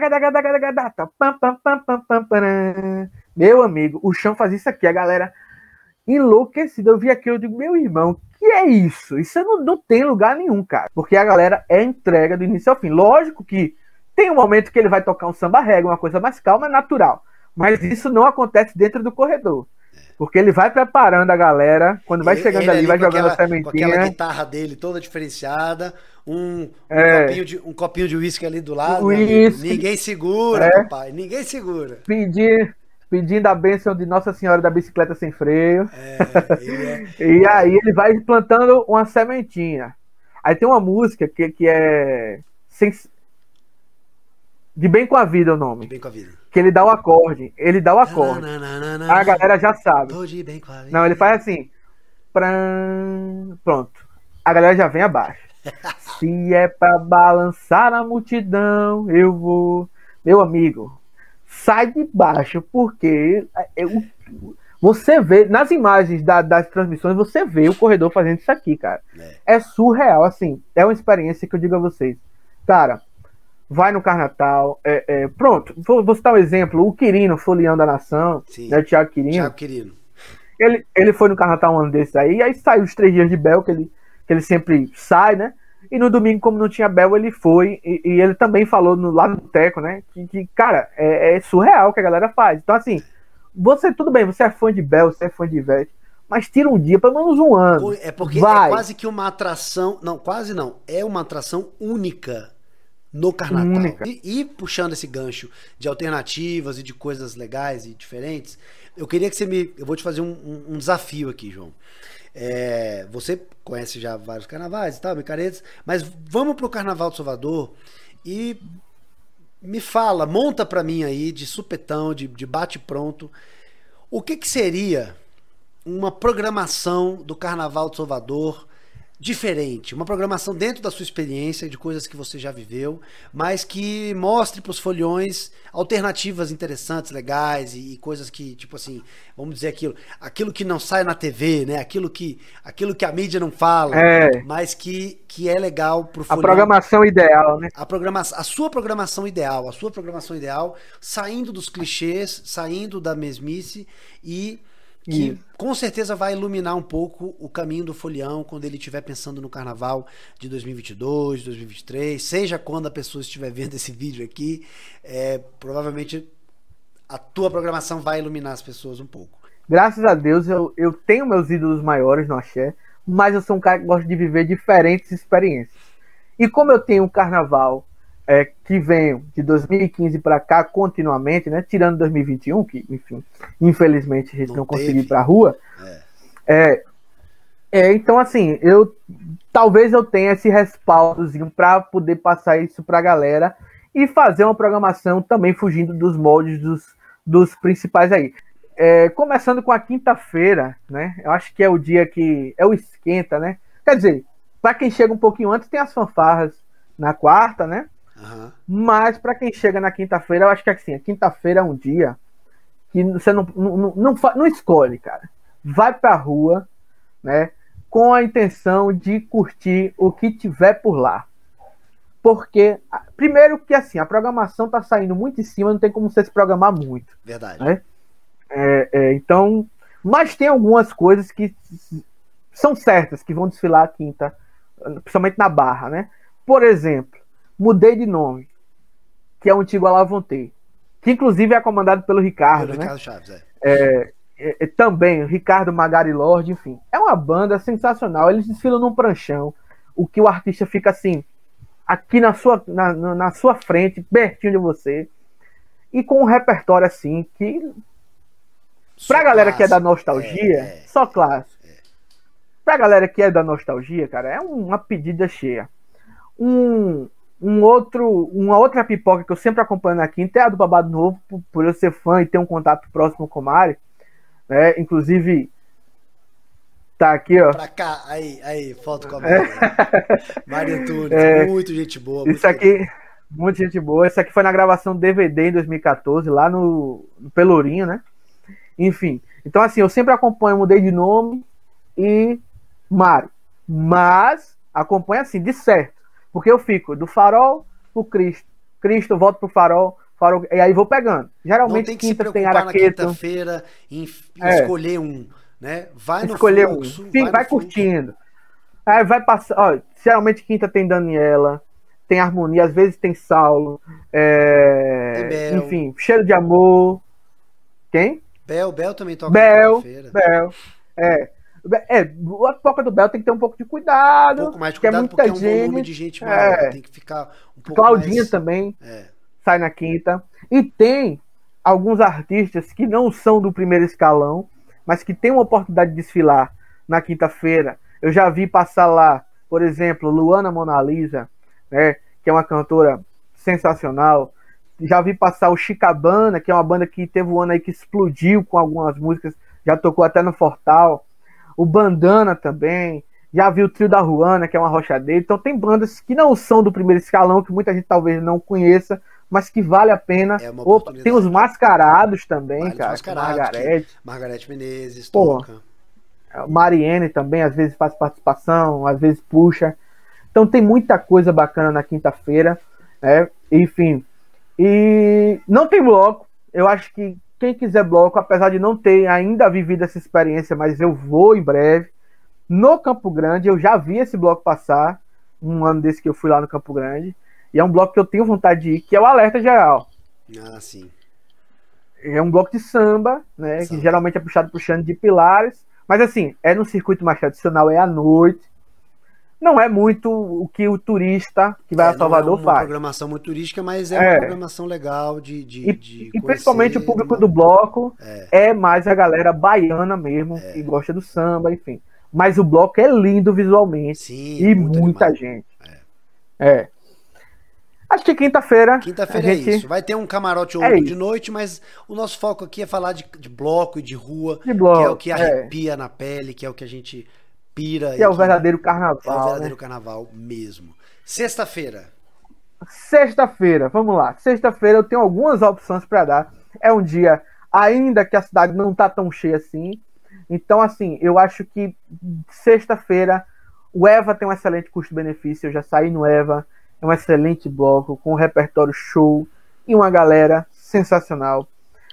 Meu amigo, o chão fazia isso aqui, a galera enlouquecida. Eu vi aquilo, eu digo, meu irmão, que é isso? Isso não, não tem lugar nenhum, cara. Porque a galera é entrega do início ao fim. Lógico que tem um momento que ele vai tocar um samba reggae, uma coisa mais calma, é natural. Mas isso não acontece dentro do corredor. Porque ele vai preparando a galera, quando vai ele, chegando ele ali, ali vai jogando aquela, a sementinha. Com aquela guitarra dele toda diferenciada, um, um, é. copinho, de, um copinho de uísque ali do lado. Ninguém segura, é. papai, ninguém segura. Pedir, pedindo a bênção de Nossa Senhora da Bicicleta Sem Freio. É, ele é... E aí ele vai plantando uma sementinha. Aí tem uma música que, que é... De Bem com a Vida o nome. De Bem com a Vida. Que ele dá o acorde. Ele dá o acorde. A galera já sabe. De bem com a vida. Não, ele faz assim. Pram... Pronto. A galera já vem abaixo. Se é pra balançar a multidão, eu vou. Meu amigo, sai de baixo, porque eu... você vê, nas imagens da, das transmissões, você vê o corredor fazendo isso aqui, cara. É. é surreal, assim. É uma experiência que eu digo a vocês. Cara, vai no Carnatal, é, é, pronto, vou, vou citar um exemplo, o Quirino, Folião da Nação, né, o Thiago Quirino. Thiago Quirino. Ele, ele foi no Carnatal um ano desses aí, e aí saiu os três dias de Bel, que ele, que ele sempre sai, né, e no domingo, como não tinha Bel, ele foi, e, e ele também falou no, lá no Teco, né, que, que cara, é, é surreal o que a galera faz. Então, assim, você, tudo bem, você é fã de Bel, você é fã de Ivete, mas tira um dia, pelo menos um ano. É porque vai. É quase que uma atração, não, quase não, é uma atração única no Carnatal. E, e puxando esse gancho de alternativas e de coisas legais e diferentes, eu queria que você me... Eu vou te fazer um, um, um desafio aqui, João. É, você conhece já vários carnavais e tal, micaretas, mas vamos pro Carnaval de Salvador e me fala, monta pra mim aí, de supetão, de, de bate-pronto, o que que seria uma programação do Carnaval de Salvador diferente, uma programação dentro da sua experiência, de coisas que você já viveu, mas que mostre para os foliões alternativas interessantes, legais e, e coisas que, tipo assim, vamos dizer aquilo, aquilo que não sai na T V, né? Aquilo que, aquilo que a mídia não fala, é. mas que, que é legal pro folião. A programação ideal, né? A, programa a sua programação ideal, a sua programação ideal, saindo dos clichês, saindo da mesmice e que Isso. com certeza vai iluminar um pouco o caminho do folião quando ele estiver pensando no Carnaval de dois mil e vinte e dois, dois mil e vinte e três, seja quando a pessoa estiver vendo esse vídeo aqui, é, provavelmente a tua programação vai iluminar as pessoas um pouco. Graças a Deus eu, eu tenho meus ídolos maiores no axé, mas eu sou um cara que gosta de viver diferentes experiências. E como eu tenho um Carnaval É, que venho de dois mil e quinze para cá continuamente, né? Tirando dois mil e vinte e um, que, enfim, infelizmente a gente não, não conseguiu ir para a rua. É. É, é, então, assim, eu talvez eu tenha esse respaldozinho para poder passar isso para a galera e fazer uma programação também fugindo dos moldes dos, dos principais aí. É, começando com a quinta-feira, né? Eu acho que é o dia que é o esquenta, né? Quer dizer, para quem chega um pouquinho antes, tem as fanfarras na quarta, né? Uhum. Mas para quem chega na quinta-feira, eu acho que assim, a quinta-feira é um dia que você não, não, não, não, não escolhe, cara. Vai pra rua, né? Com a intenção de curtir o que tiver por lá. Porque, primeiro que assim, a programação tá saindo muito em cima, não tem como você se programar muito. Verdade. Né? É, é, então, mas tem algumas coisas que são certas, que vão desfilar a quinta, principalmente na Barra, né? Por exemplo, Mudei de Nome, que é o antigo Alavonte, que inclusive é comandado pelo Ricardo, pelo né? Ricardo Chaves, é. É, é, é, também, Ricardo Magari Lorde, enfim. É uma banda sensacional, eles desfilam num pranchão, o que o artista fica assim, aqui na sua, na, na sua frente, pertinho de você, e com um repertório assim, que só pra galera clássico, que é da nostalgia, é, é, só clássico. É. Pra galera que é da nostalgia, cara, é uma pedida cheia. Um, um outro, uma outra pipoca que eu sempre acompanho na quinta é a do Babado Novo, por, por eu ser fã e ter um contato próximo com o Mari, né? Inclusive, tá aqui, ó. Pra cá, aí, aí, foto com a Mari. Mari Antunes, É, muito gente boa. Muito isso aqui, querido. Muita gente boa. Isso aqui foi na gravação do D V D em dois mil e quatorze, lá no, no Pelourinho, né? Enfim, então assim, eu sempre acompanho, mudei de nome e Mari, mas acompanho assim, de certo, porque eu fico do Farol pro Cristo, Cristo, volto pro Farol, Farol, e aí vou pegando. Geralmente não tem que quinta se tem preocupar Araqueto. Na quinta-feira em, em é. escolher um, né? Vai no escolher fluxo, um. Sim, vai, vai curtindo. Aí vai passar, ó, geralmente quinta tem Daniela, tem Harmonia, às vezes tem Saulo, é... tem Bel. Enfim, Cheiro de Amor. Quem? Bel, Bel também toca Bel, na quinta-feira. Bel, é. É, a pipoca do Bel tem que ter um pouco de cuidado. Um pouco mais de cuidado, é porque muita é um gente, volume de gente maior. É. Tem que ficar um pouco Claudinha mais... também é. sai na quinta. E tem alguns artistas que não são do primeiro escalão, mas que tem uma oportunidade de desfilar na quinta-feira. Eu já vi passar lá, por exemplo, Luana Mona Lisa, né, que é uma cantora sensacional. Já vi passar o Chicabana, que é uma banda que teve um ano aí que explodiu com algumas músicas, já tocou até no Fortal. O Bandana também. Já vi o Trio da Ruana, que é uma rochadeira. Então tem bandas que não são do primeiro escalão, que muita gente talvez não conheça, mas que vale a pena. É Opa, tem os mascarados também, vale cara. Mascarados, Margarete. Margarete Menezes, Pô, toca. Mariene também, às vezes faz participação, às vezes puxa. Então tem muita coisa bacana na quinta-feira, né? Enfim. E não tem bloco. Eu acho que quem quiser bloco, apesar de não ter ainda vivido essa experiência, mas eu vou em breve. No Campo Grande, eu já vi esse bloco passar, um ano desse que eu fui lá no Campo Grande, e é um bloco que eu tenho vontade de ir, que é o Alerta Geral. Ah, sim. É um bloco de samba, né, samba. Que geralmente é puxado por Xande de Pilares, mas assim, é no circuito mais tradicional, é à noite. Não é muito o que o turista que vai é, a Salvador faz. É uma faz. programação muito turística, mas é, é. uma programação legal de, de, e, de e principalmente o público uma... do bloco é. é mais a galera baiana mesmo, é. que gosta do samba, enfim. Mas o bloco é lindo visualmente. Sim, e muita animado. gente. É. é. Acho que quinta-feira. Quinta-feira gente... é isso. Vai ter um camarote ou é outro isso. de noite, mas o nosso foco aqui é falar de, de bloco e de rua, de bloco, que é o que arrepia é. na pele, que é o que a gente pira. Que é o verdadeiro carnaval. É o verdadeiro né? carnaval mesmo. Sexta-feira. Sexta-feira, vamos lá. Sexta-feira eu tenho algumas opções para dar. É um dia, ainda que a cidade não tá tão cheia assim. Então, assim, eu acho que sexta-feira o Eva tem um excelente custo-benefício. Eu já saí no Eva. É um excelente bloco, com um repertório show e uma galera sensacional.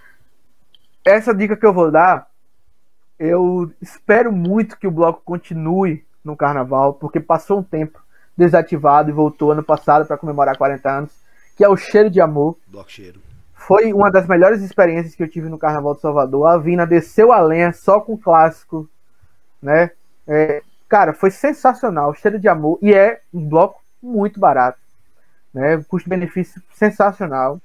Essa dica que eu vou dar, eu espero muito que o bloco continue no carnaval, porque passou um tempo desativado e voltou ano passado para comemorar quarenta anos, que é o Cheiro de Amor. Bloco Cheiro. Foi uma das melhores experiências que eu tive no Carnaval de Salvador. A Vina desceu a lenha só com clássico, né? É, cara, foi sensacional, Cheiro de Amor, e é um bloco muito barato, né? Custo-benefício sensacional.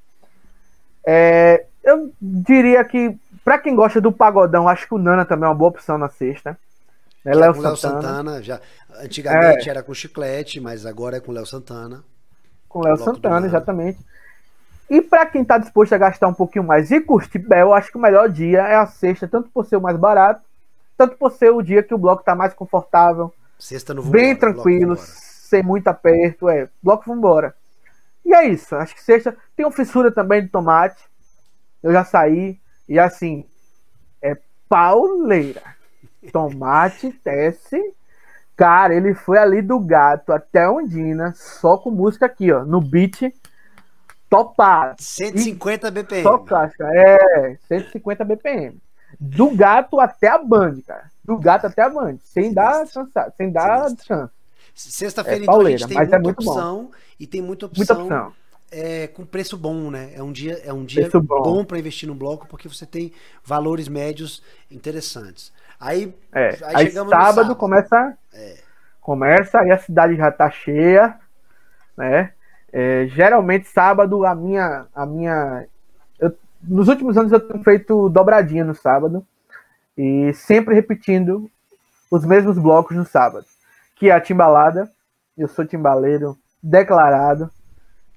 É, eu diria que para quem gosta do pagodão, acho que o Nana também é uma boa opção na sexta. Né? Léo Santana. Santana já, antigamente é. era com Chiclete, mas agora é com Léo Santana. Com Léo Santana, exatamente. E para quem está disposto a gastar um pouquinho mais e curtir Bel, acho que o melhor dia é a sexta, tanto por ser o mais barato, tanto por ser o dia que o bloco está mais confortável, sexta no bem vambora, tranquilo, sem muito aperto, é, bloco vambora. E é isso, acho que sexta tem uma fissura também de tomate, eu já saí, e assim, é pauleira. Tomate, desce, cara, ele foi ali do Gato até Ondina, só com música aqui, ó, no beat, topado. cento e cinquenta B P M. Só clássica, é, cento e cinquenta B P M. Do Gato até a Band, cara. Do Gato até a Band, sem Sinistro. dar cansado, sem dar chance. Sexta-feira, é, então, pauleira, a gente tem mas muita é muito opção, bom. E tem muita opção, muita opção. É, com preço bom, né? É um dia, é um dia bom, bom para investir no bloco, porque você tem valores médios interessantes. Aí, é. aí, aí chegamos sábado, no sábado começa, é. começa, aí a cidade já tá cheia, né? É, geralmente sábado a minha, a minha, eu, nos últimos anos eu tenho feito dobradinha no sábado e sempre repetindo os mesmos blocos no sábado, que é a timbalada. Eu sou timbaleiro declarado,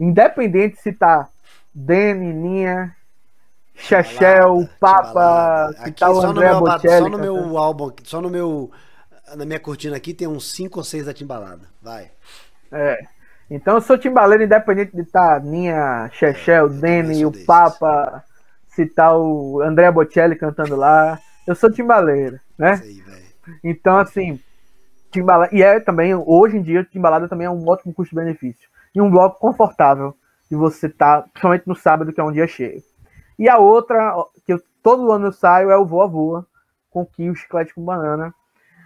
independente se tá Dene, Ninha, Chechel, Papa, se aqui, tá o só André no meu, Bocelli. só no meu álbum, só no meu, na minha cortina aqui tem uns cinco ou seis da Timbalada. Vai. É. Então eu sou timbaleiro independente de estar tá Ninha, Chechel, é, Dene, o desses. Papa, se tá o André Bocelli cantando lá. Eu sou timbaleiro, né? Isso aí, velho. Então, assim, Timbalada, e é também, hoje em dia, Timbalada também é um ótimo custo-benefício. E um bloco confortável de você estar, tá, principalmente no sábado, que é um dia cheio. E a outra, que eu, todo ano eu saio, é o Voa Voa, com Kio, Chiclete com Banana.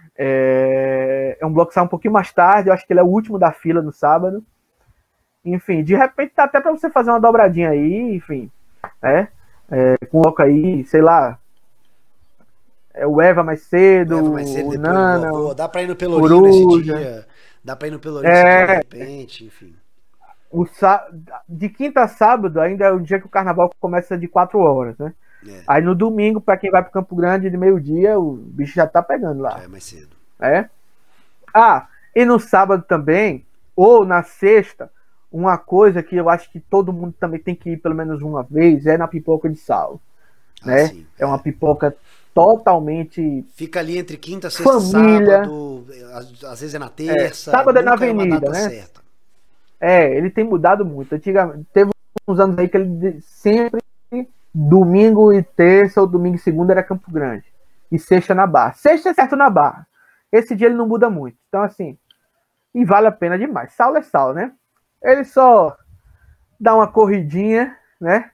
É, é um bloco que sai um pouquinho mais tarde, eu acho que ele é o último da fila no sábado. Enfim, de repente dá até pra você fazer uma dobradinha aí, enfim, né? É, coloca aí, sei lá, é o Eva mais cedo, o, Eva mais cedo, o Nana, Voa, dá pra ir no Pelourinho nesse dia, dá pra ir no Pelourinho é, nesse dia, de repente, enfim. O sá... De quinta a sábado ainda é o dia que o carnaval começa de quatro horas, né? É. Aí no domingo, pra quem vai pro Campo Grande de meio-dia, o bicho já tá pegando lá. Já é mais cedo. É? Ah, e no sábado também, ou na sexta, uma coisa que eu acho que todo mundo também tem que ir pelo menos uma vez é na pipoca de sal. Ah, né? Sim, é. é uma pipoca totalmente. Fica ali entre quinta, sexta, família. Sábado, às, às vezes é na terça. É, sábado é na avenida, né? Certa. É, ele tem mudado muito. Antigamente, teve uns anos aí que ele sempre, domingo e terça, ou domingo e segunda era Campo Grande. E sexta na Barra. Sexta é certo na Barra. Esse dia ele não muda muito. Então, assim, e vale a pena demais. Sal é sal, né? Ele só dá uma corridinha, né?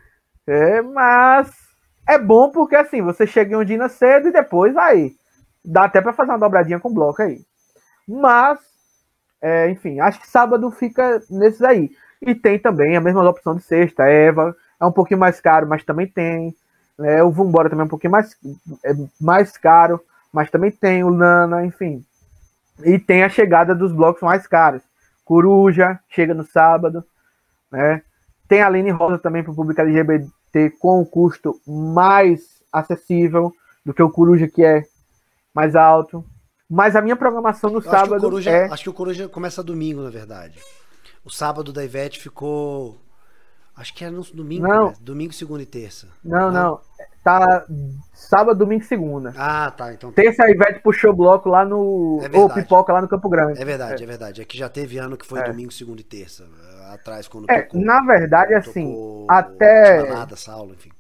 É, mas é bom porque, assim, você chega em Ondina cedo e depois vai. Dá até pra fazer uma dobradinha com bloco aí. Mas, é, enfim, acho que sábado fica nesses aí. E tem também a mesma opção de sexta. Eva é um pouquinho mais caro, mas também tem. É, o Vambora também é um pouquinho mais, é, mais caro, mas também tem. O Nana, enfim. E tem a chegada dos blocos mais caros. Coruja chega no sábado, né? Tem a Aline Rosa também para o público L G B T com um custo mais acessível do que o Coruja, que é mais alto. Mas a minha programação no Eu sábado acho que o Coruja, é... Acho que o Coruja começa domingo, na verdade. O sábado da Ivete ficou... Acho que era no domingo, não. Né? Domingo, segunda e terça. Não, não, não. Tá sábado, domingo e segunda. Ah, tá. Então... Terça a Ivete puxou bloco lá no... É Ou pipoca lá no Campo Grande. É verdade, é, é verdade. É que já teve ano que foi é. domingo, segunda e terça. Atrás, quando é, tocou... Na verdade, quando assim, tocou até... Balada, Saulo, enfim.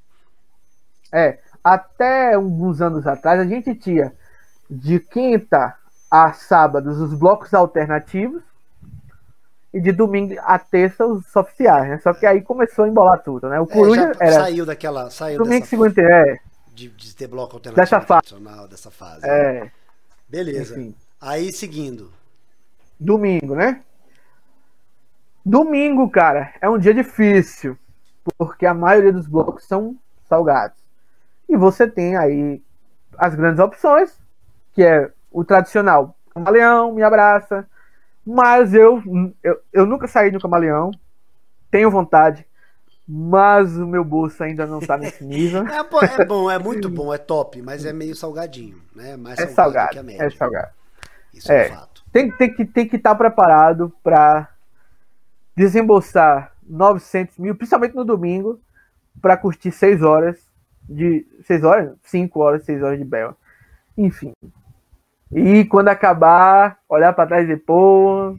É, até alguns anos atrás, a gente tinha de quinta a sábados os blocos alternativos e de domingo a terça os oficiais, né? Só que aí começou a embolar tudo, né? O Coruja é, era... Saiu daquela... Saiu domingo dessa... segunda é. De, de ter bloco alternativo dessa tradicional, dessa fase. É. Né? Beleza. Enfim. Aí, seguindo. Domingo, né? Domingo, cara, é um dia difícil, porque a maioria dos blocos são salgados. E você tem aí as grandes opções, que é o tradicional Camaleão, Me Abraça, mas eu, eu, eu nunca saí no Camaleão, tenho vontade, mas o meu bolso ainda não tá nesse nível. É, bom, é bom, é muito bom, é top, mas é meio salgadinho, né? Mais é salgado, salgado que a média. É salgado. Isso é, é um fato. Tem, tem que tem que estar preparado para desembolsar novecentos mil, principalmente no domingo, para curtir seis horas de seis horas, cinco horas, seis horas de Bel. Enfim. E quando acabar, olhar para trás e pô,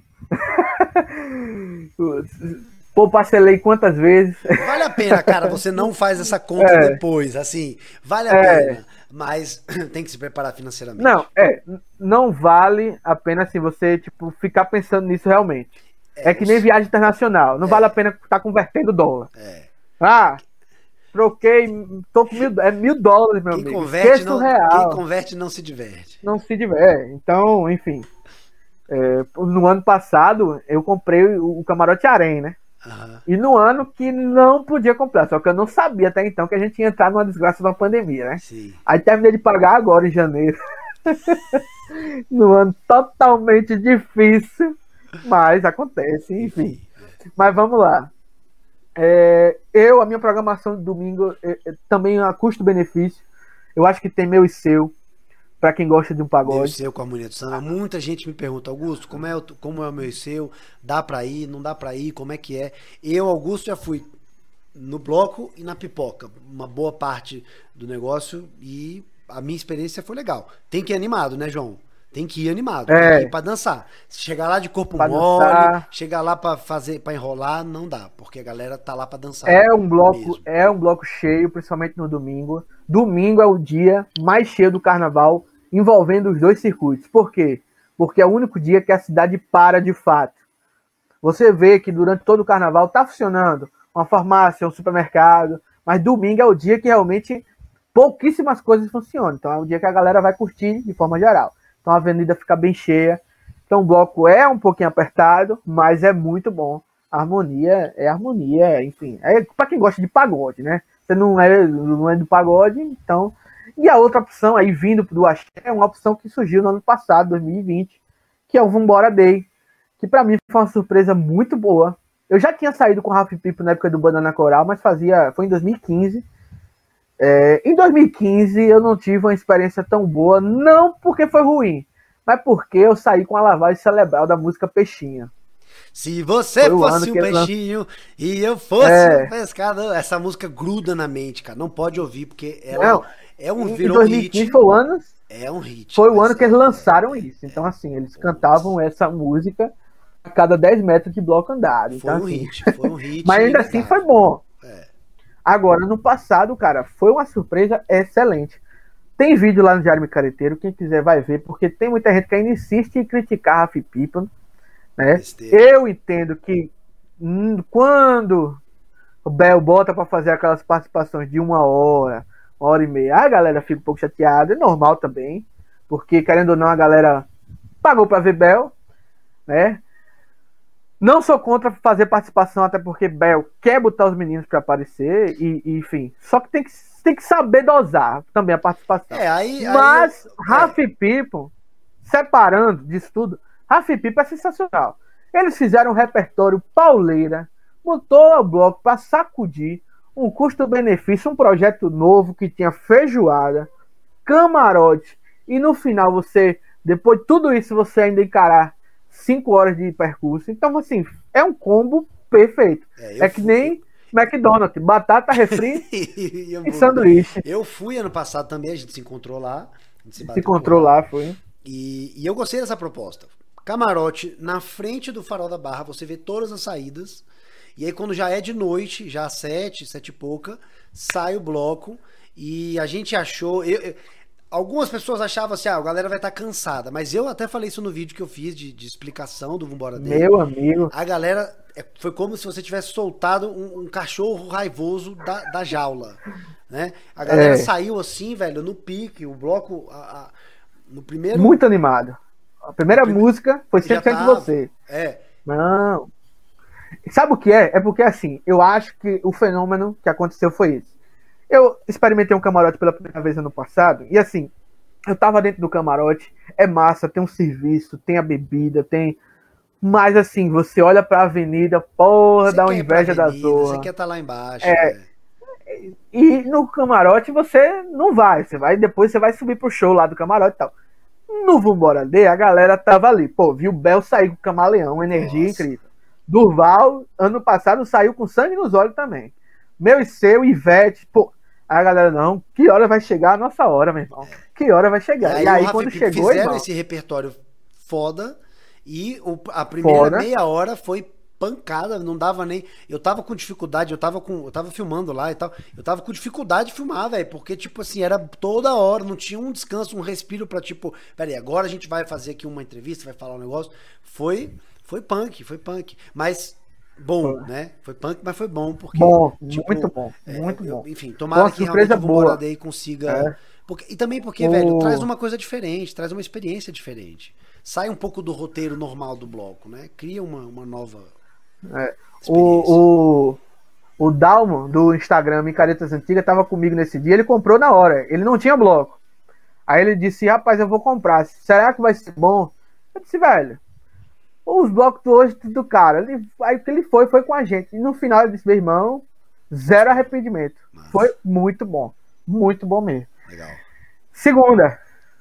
pô, parcelei quantas vezes? Vale a pena, cara, você não faz essa conta é. depois, assim, vale a é. pena, mas tem que se preparar financeiramente. Não, é, não vale a pena assim você, tipo, ficar pensando nisso realmente. É, é que nem viagem internacional, não é. vale a pena estar convertendo dólar. É. Ah, troquei, tô com mil, é mil dólares, meu quem amigo. Converte não, real. Quem converte não se diverte. Não se diverte. Então, enfim, é, no ano passado eu comprei o, o camarote Harém, né? Uhum. E no ano que não podia comprar, só que eu não sabia até então que a gente ia entrar numa desgraça da pandemia, né? Sim. Aí terminei de pagar agora em janeiro. No ano totalmente difícil, mas acontece, enfim. Mas vamos lá. É, eu, a minha programação de domingo é, é, também a custo-benefício. Eu acho que tem meu e seu pra quem gosta de um pagode. Meu e seu com a harmonia do samba. Muita gente me pergunta, Augusto, como é, o, como é o meu e seu? Dá pra ir, não dá pra ir? Como é que é? Eu, Augusto, já fui no bloco e na pipoca. Uma boa parte do negócio e a minha experiência foi legal. Tem que ir animado, né, João? Tem que ir animado, É. tem que ir pra dançar. Se chegar lá de corpo Pra mole, dançar. chegar lá pra fazer, para enrolar, não dá, porque a galera tá lá pra dançar. É um bloco, mesmo. é um bloco cheio, principalmente no domingo. Domingo é o dia mais cheio do carnaval, envolvendo os dois circuitos. Por quê? Porque é o único dia que a cidade para de fato. Você vê que durante todo o carnaval tá funcionando uma farmácia, um supermercado, mas domingo é o dia que realmente pouquíssimas coisas funcionam. Então é o dia que a galera vai curtir de forma geral. Então a avenida fica bem cheia. Então o bloco é um pouquinho apertado, mas é muito bom. A harmonia é harmonia, enfim. É para quem gosta de pagode, né? Você não é, não é do pagode, então... E a outra opção aí, vindo do axé, é uma opção que surgiu no ano passado, dois mil e vinte, que é o Vambora Day, que para mim foi uma surpresa muito boa. Eu já tinha saído com o Rafa Pipo na época do Banana Coral, mas fazia, foi em dois mil e quinze. É, em dois mil e quinze eu não tive uma experiência tão boa, não porque foi ruim, mas porque eu saí com a lavagem cerebral da música Peixinho. Se você fosse um peixinho lan... e eu fosse é. um pescador, essa música gruda na mente, cara. Não pode ouvir, porque ela não, é um virou em dois mil e quinze hit. Foi o ano, é um hit. Foi o ano que eles lançaram é, isso. Então, assim, eles cantavam essa música a cada dez metros de bloco andado. Foi então, um assim... hit, foi um hit. Mas ainda assim foi bom. É. Agora, no passado, cara, foi uma surpresa excelente. Tem vídeo lá no Diário Micareteiro, quem quiser vai ver, porque tem muita gente que ainda insiste em criticar Rafa Pipa, né? Eu entendo que hum, quando o Bel bota para fazer aquelas participações de uma hora, uma hora e meia, a galera fica um pouco chateada, é normal também, porque querendo ou não a galera pagou para ver Bel, né? Não sou contra fazer participação, até porque Bel quer botar os meninos para aparecer, e, e enfim, só que tem que tem que saber dosar também a participação. É, aí, Mas aí, Rafa é. e Pipo, separando disso tudo, Rafa e Pipo é sensacional. Eles fizeram um repertório pauleira, botou o bloco para sacudir, um custo-benefício, um projeto novo que tinha feijoada, camarote, e no final você, depois de tudo isso, você ainda encarar cinco horas de percurso. Então, assim, é um combo perfeito. É, é que fui... nem McDonald's, batata, refri e, e sanduíche. Eu fui ano passado também, a gente se encontrou lá. A gente se se encontrou lá, lá, foi. E, e eu gostei dessa proposta. Camarote na frente do Farol da Barra, você vê todas as saídas. E aí quando já é de noite, já às sete, sete e pouca, sai o bloco. E a gente achou... Eu, eu, algumas pessoas achavam assim, ah, a galera vai estar cansada. Mas eu até falei isso no vídeo que eu fiz de, de explicação do Vambora Day. Meu amigo. A galera... Foi como se você tivesse soltado um, um cachorro raivoso da, da jaula. Né? A galera é. saiu assim, velho, no pique. O bloco... A, a, no primeiro... Muito animado. A primeira prime... música foi cem por cento de você. É. Não. Sabe o que é? É porque, assim, eu acho que o fenômeno que aconteceu foi esse. Eu experimentei um camarote pela primeira vez ano passado, e assim, eu tava dentro do camarote, é massa, tem um serviço, tem a bebida, tem... Mas assim, você olha pra avenida, porra, você dá uma inveja da zorra. Você quer estar tá lá embaixo. É. Né? E no camarote você não vai, você vai, depois você vai subir pro show lá do camarote e tal. No Vambora Day, a galera tava ali, pô, viu o Bel sair com o Camaleão, uma energia Nossa. incrível. Durval, ano passado, saiu com sangue nos olhos também. Meu e seu, Ivete, pô, a galera, não, que hora vai chegar a nossa hora, meu irmão? Que hora vai chegar? E aí, e aí quando chegou, fizeram irmão, esse repertório foda, e o, a primeira foda. meia hora foi pancada, não dava nem... Eu tava com dificuldade, eu tava, com, eu tava filmando lá e tal, eu tava com dificuldade de filmar, velho, porque, tipo assim, era toda hora, não tinha um descanso, um respiro pra, tipo, peraí, agora a gente vai fazer aqui uma entrevista, vai falar um negócio. Foi, foi punk, foi punk, mas... Bom, foi. né? Foi punk, mas foi bom. Porque, bom, tipo, muito bom, muito eu, bom. Enfim, tomara que realmente o Vambora Day consiga... É. Porque, e também porque, o... velho, traz uma coisa diferente, traz uma experiência diferente. Sai um pouco do roteiro normal do bloco, né? Cria uma, uma nova é. O, o, o Dalmo, do Instagram Micaretas Antigas, tava comigo nesse dia, ele comprou na hora. Ele não tinha bloco. Aí ele disse, rapaz, eu vou comprar. Será que vai ser bom? Eu disse, velho, os blocos do hoje do cara. Ele, aí que ele foi, foi com a gente. E no final ele disse, meu irmão, zero arrependimento. Mas... Foi muito bom. Muito bom mesmo. Legal. Segunda.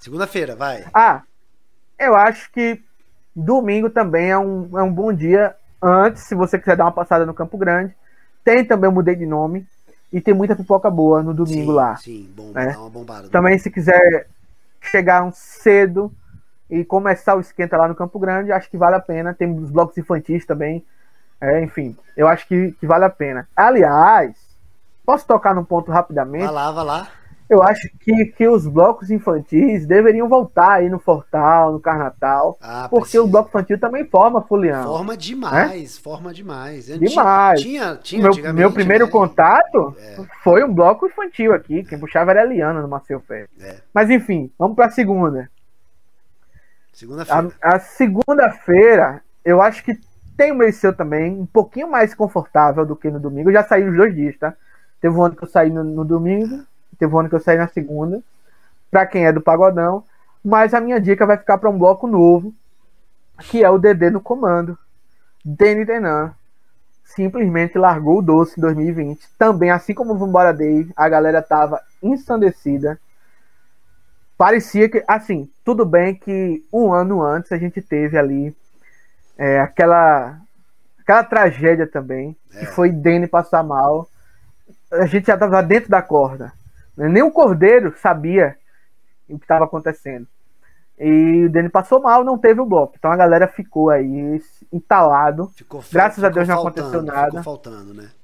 Segunda-feira, vai. Ah, eu acho que domingo também é um, é um bom dia. Antes, se você quiser dar uma passada no Campo Grande. Tem também, eu mudei de nome. E tem muita pipoca boa no domingo sim, lá. Sim, bom, né? dá uma bombada. Também, se quiser chegar cedo e começar o esquenta lá no Campo Grande, acho que vale a pena. Tem os blocos infantis também. É, enfim, eu acho que, que vale a pena. Aliás, posso tocar num ponto rapidamente? Vai lá, vai lá. Eu acho que, que os blocos infantis deveriam voltar aí no Fortal, no Carnatal, ah, porque precisa. O bloco infantil também forma folião. Forma demais, né? forma demais. Demais. Tinha, tinha meu, meu primeiro né? contato é. foi um bloco infantil aqui, quem puxava era a Eliana no Maceu Ferro. É. Mas enfim, vamos para a segunda. Segunda-feira. A, a segunda-feira, eu acho que tem o meio seu também, um pouquinho mais confortável do que no domingo. Eu já saí os dois dias, tá? Teve um ano que eu saí no, no domingo. Teve um ano que eu saí na segunda, pra quem é do Pagodão, mas a minha dica vai ficar para um bloco novo, que é o D D no comando. Deni Denan simplesmente largou o doce em dois mil e vinte. Também, assim como o Vambora Day, a galera tava ensandecida. Parecia que, assim, tudo bem que um ano antes a gente teve ali é, aquela, aquela tragédia também, é. que foi Deni passar mal. A gente já tava dentro da corda. Nem o Cordeiro sabia o que estava acontecendo. E o Deni passou mal, não teve o bloco. Então a galera ficou aí entalado. Ficou, Graças ficou a Deus não faltando, aconteceu nada. Ficou faltando, né?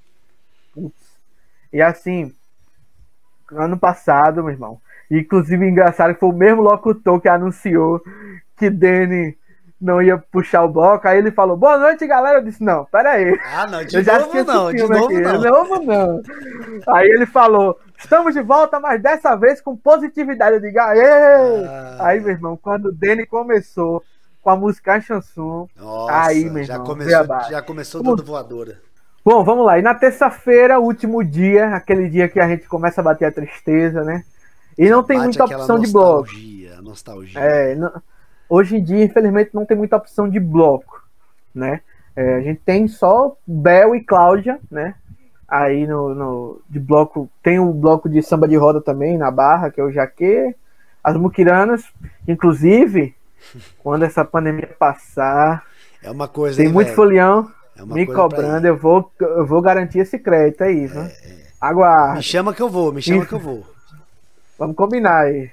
E assim, ano passado, meu irmão, inclusive engraçado que foi o mesmo locutor que anunciou que Deni não ia puxar o bloco, aí ele falou, boa noite, galera. Eu disse, não, pera aí. Ah, não, de eu novo não, de novo aqui. não. De novo não. Aí ele falou, estamos de volta, mas dessa vez com positividade. Eu digo, aê! Ah, aí, meu irmão, quando o Deni começou com a música chanson, nossa, aí, meu irmão, já começou, já começou dando voadora. Bom, vamos lá. E na terça-feira, último dia, aquele dia que a gente começa a bater a tristeza, né? E não tem Bate muita opção de bloco. Nostalgia, nostalgia. É, não... Hoje em dia, infelizmente, não tem muita opção de bloco, né? É, a gente tem só Bel e Cláudia, né? Aí no, no de bloco, tem o bloco de samba de roda também, na Barra, que é o Jaquê, as Muquiranas, inclusive, quando essa pandemia passar, é uma coisa, tem hein, muito velho? folião é me cobrando, eu vou, eu vou garantir esse crédito aí, viu? É, é. Aguarde. Me chama que eu vou, me chama e... que eu vou. Vamos combinar aí.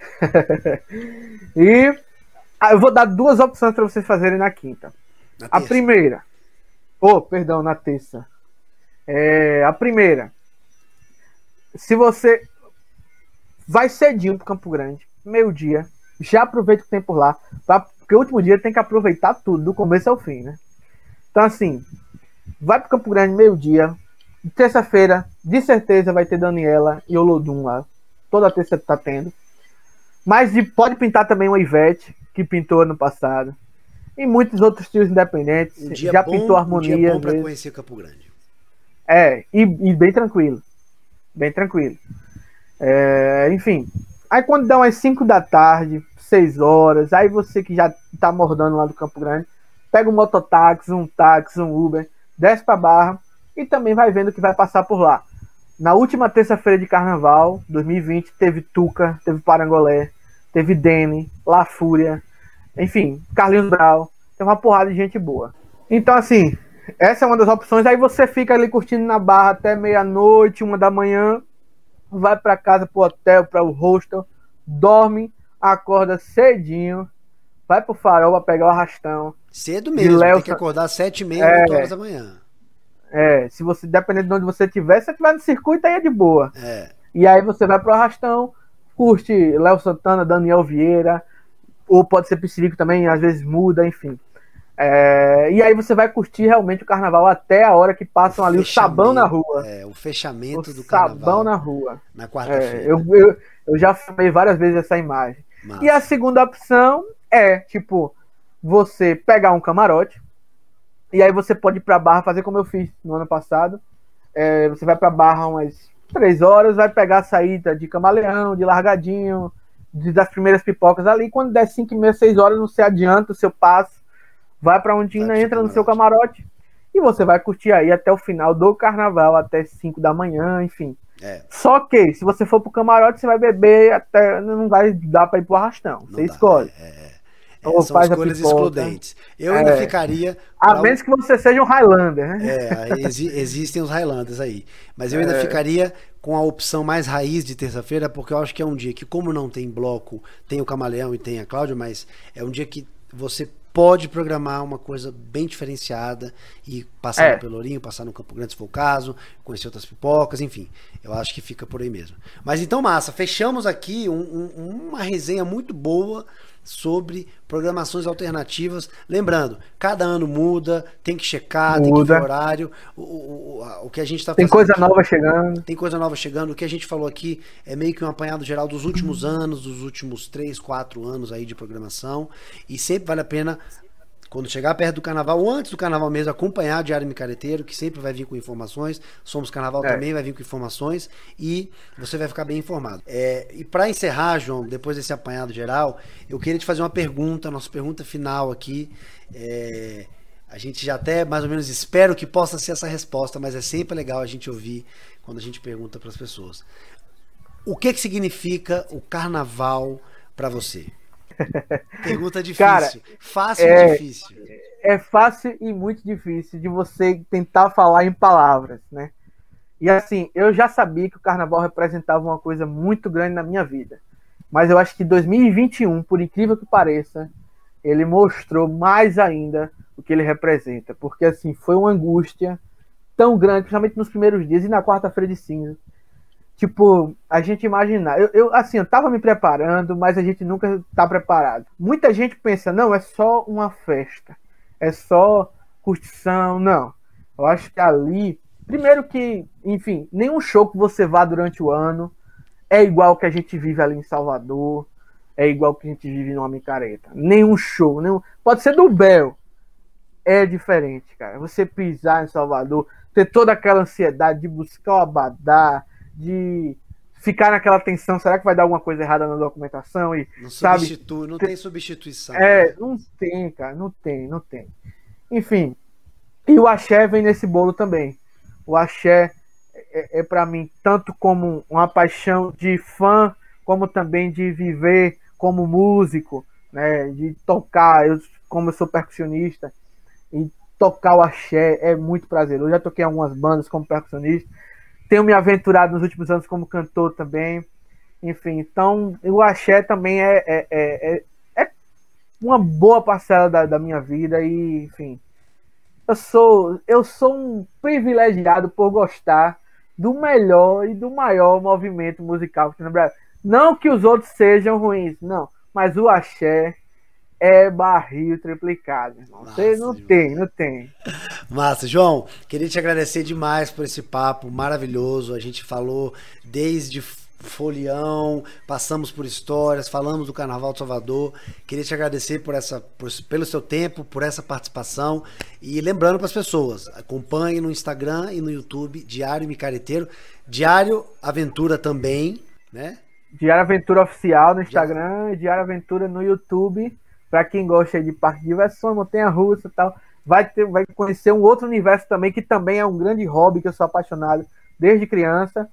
E... Ah, eu vou dar duas opções para vocês fazerem na quinta. Na a primeira. Oh, perdão, na terça. É, a primeira. Se você vai cedinho pro Campo Grande, meio-dia, já aproveita o tempo lá. Pra, porque o último dia tem que aproveitar tudo, do começo ao fim, né? Então, assim, vai pro Campo Grande, meio-dia. Terça-feira, de certeza, vai ter Daniela e Olodum lá. Toda terça tá tendo. Mas pode pintar também uma Ivete, que pintou ano passado. E muitos outros tios independentes. Um dia já bom, pintou Harmonia. Um dia bom para conhecer Campo Grande. É, e, e bem tranquilo. Bem tranquilo. É, enfim. Aí quando dá umas cinco da tarde, seis horas, aí você que já tá mordando lá do Campo Grande, pega um mototáxi, um táxi, um Uber, desce pra Barra e também vai vendo o que vai passar por lá. Na última terça-feira de carnaval, dois mil e vinte, teve Tuca, teve Parangolé, teve Deni, La Fúria, enfim, Carlinhos Brau, tem uma porrada de gente boa. Então, assim, essa é uma das opções. Aí você fica ali curtindo na Barra até meia-noite, uma da manhã, vai pra casa, pro hotel, para o hostel, dorme, acorda cedinho, vai pro Farol pra pegar o arrastão. Cedo mesmo, Léo, tem que acordar às sete e meia, é, oito horas da manhã. É, se você, dependendo de onde você estiver, se você estiver no circuito, aí é de boa. É. E aí você vai pro arrastão, curte Léo Santana, Daniel Vieira, ou pode ser Piscirico também, às vezes muda, enfim. É, e aí você vai curtir realmente o carnaval até a hora que passam o ali o sabão na rua. É, o fechamento o do carnaval. Sabão na rua. Na quarta-feira. É, eu, eu, eu já filmei várias vezes essa imagem. Massa. E a segunda opção é, tipo, você pegar um camarote, e aí você pode ir pra Barra fazer como eu fiz no ano passado. É, você vai pra Barra umas três horas, vai pegar a saída de Camaleão, de Largadinho, de, das primeiras pipocas ali. Quando der cinco e meia, seis horas, você adianta o seu passo, vai pra Ondina, vai entra no seu camarote e você vai curtir aí até o final do carnaval, até cinco da manhã, enfim. É. Só que, se você for pro camarote, você vai beber até. Não vai dar pra ir pro arrastão. Não você dá, escolhe. É, é. Ou São faz escolhas a pipoca. excludentes. Eu ainda é. ficaria. A menos o... que você seja um Highlander, né? É, exi existem os Highlanders aí. Mas eu ainda é. ficaria com a opção mais raiz de terça-feira, porque eu acho que é um dia que, como não tem bloco, tem o Camaleão e tem a Cláudia, mas é um dia que você pode programar uma coisa bem diferenciada e passar é. no Pelourinho, passar no Campo Grande, se for o caso, conhecer outras pipocas, enfim. Eu acho que fica por aí mesmo. Mas então, massa, fechamos aqui um, um, uma resenha muito boa sobre programações alternativas. Lembrando, cada ano muda, tem que checar, muda. tem que ver horário. O, o, o, o que a gente está fazendo. Tem coisa aqui, nova chegando. Tem coisa nova chegando. O que a gente falou aqui é meio que um apanhado geral dos últimos anos, dos últimos três, quatro anos aí de programação. E sempre vale a pena, quando chegar perto do carnaval, ou antes do carnaval mesmo, acompanhar o Diário Micareteiro, que sempre vai vir com informações. Somos Carnaval é. também vai vir com informações e você vai ficar bem informado. É, e para encerrar, João, depois desse apanhado geral, eu queria te fazer uma pergunta, nossa pergunta final aqui. É, a gente já até mais ou menos espero que possa ser essa resposta, mas é sempre legal a gente ouvir quando a gente pergunta para as pessoas. O que que significa o carnaval para você? Pergunta difícil. Cara, fácil é, e difícil. É fácil e muito difícil de você tentar falar em palavras, né? E assim, eu já sabia que o carnaval representava uma coisa muito grande na minha vida. Mas eu acho que dois mil e vinte e um, por incrível que pareça, ele mostrou mais ainda o que ele representa. Porque assim, foi uma angústia tão grande, principalmente nos primeiros dias e na quarta-feira de cinza. Tipo, a gente imaginar, eu, eu assim, eu tava me preparando, mas a gente nunca tá preparado. Muita gente pensa, não, é só uma festa, é só curtição, não. Eu acho que ali, primeiro que, enfim, nenhum show que você vá durante o ano é igual ao que a gente vive ali em Salvador, é igual ao que a gente vive numa micareta. Nenhum show, nenhum, pode ser do Bel, é diferente, cara. Você pisar em Salvador, ter toda aquela ansiedade de buscar o abadá, de ficar naquela tensão, será que vai dar alguma coisa errada na documentação? E, não sabe, substitui, não tem substituição. É, né? não tem, cara, não tem, não tem. Enfim, e o axé vem nesse bolo também. O axé é, é para mim tanto como uma paixão de fã, como também de viver como músico, né, de tocar, eu, como eu sou percussionista, e tocar o axé é muito prazeroso. Eu já toquei em algumas bandas como percussionista, tenho me aventurado nos últimos anos como cantor também. Enfim, então o axé também é, é, é, é uma boa parcela da, da minha vida. E, enfim, eu sou, eu sou um privilegiado por gostar do melhor e do maior movimento musical que tem no Brasil. Não que os outros sejam ruins, não. Mas o axé é barril triplicado. Você não João. tem, não tem. Massa, João, queria te agradecer demais por esse papo maravilhoso. A gente falou desde folião, passamos por histórias, falamos do Carnaval de Salvador. Queria te agradecer por essa, por, pelo seu tempo, por essa participação. E lembrando para as pessoas, acompanhe no Instagram e no YouTube Diário Micareteiro, Diário Aventura também, né? Diário Aventura Oficial no Instagram e Diário Aventura no YouTube. Para quem gosta de parque de diversão, montanha-russa e tal, vai, ter, vai conhecer um outro universo também, que também é um grande hobby, que eu sou apaixonado desde criança,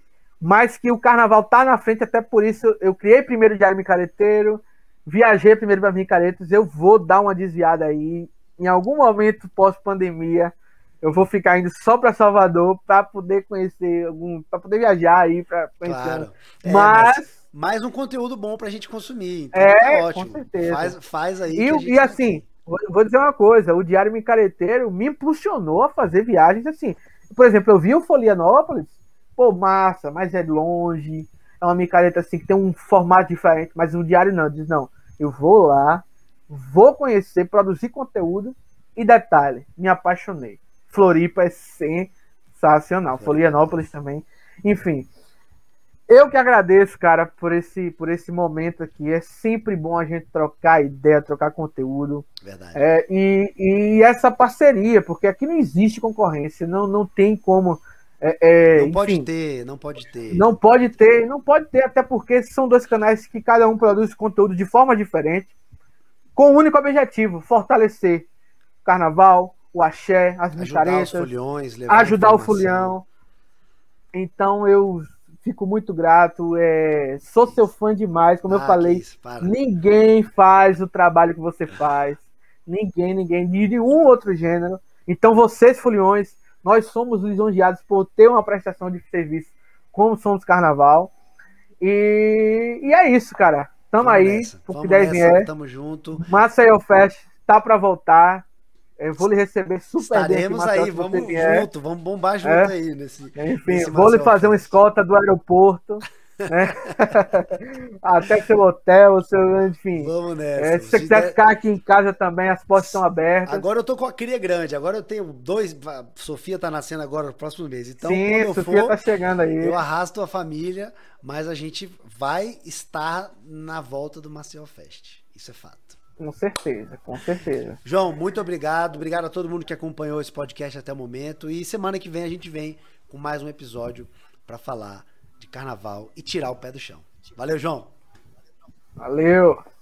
mas que o carnaval tá na frente, até por isso eu criei primeiro o Diário Micareteiro, viajei primeiro para Micaretas, eu vou dar uma desviada aí, em algum momento pós-pandemia, eu vou ficar indo só para Salvador para poder conhecer algum, para poder viajar aí, para conhecer. Claro. É, mas... mas... mais um conteúdo bom pra gente consumir. Então é, tá ótimo. Com certeza. Faz, faz aí. E, que a gente e assim, vou, vou dizer uma coisa: o Diário Micareteiro me impulsionou a fazer viagens assim. Por exemplo, eu vi o Folianópolis, pô, massa, mas é longe. É uma micareta assim que tem um formato diferente, mas o Diário não. Diz, não, eu vou lá, vou conhecer, produzir conteúdo e detalhe, me apaixonei. Floripa é sensacional. Florianópolis também. Enfim. Eu que agradeço, cara, por esse, por esse momento aqui. É sempre bom a gente trocar ideia, trocar conteúdo. Verdade. É, e, e essa parceria, porque aqui não existe concorrência, não, não tem como. É, é, não enfim, pode ter, não pode ter. Não pode ter, não pode ter, até porque são dois canais que cada um produz conteúdo de forma diferente, com o um único objetivo: fortalecer o carnaval, o axé, as micaretas, ajudar os foliões, ajudar o folião. Então eu fico muito grato. É, sou seu fã demais, como ah, eu falei. Isso, ninguém faz o trabalho que você faz. Ninguém, ninguém, de nenhum outro gênero. Então vocês, foliões, nós somos lisonjeados por ter uma prestação de serviço como Somos Carnaval. E, e é isso, cara. Tamo Vamos aí, por que der vier. Tamo junto. Maceió Fest tá pra voltar. Eu vou lhe receber super Estaremos bem. Estaremos aí, vamos junto, vamos bombar junto é? aí. Nesse, Enfim, nesse vou lhe fazer uma escolta do aeroporto. Né? Até seu hotel, seu, enfim. Vamos nessa. É, se você quiser der... ficar aqui em casa também, as portas estão abertas. Agora eu tô com a cria grande, agora eu tenho dois. A Sofia tá nascendo agora no próximo mês. Então, Sim, quando eu Sofia for, tá chegando aí. Eu arrasto a família, mas a gente vai estar na volta do Maceió Fest. Isso é fato. Com certeza, com certeza. João, muito obrigado. Obrigado a todo mundo que acompanhou esse podcast até o momento. E semana que vem a gente vem com mais um episódio para falar de carnaval e tirar o pé do chão. Valeu, João. Valeu.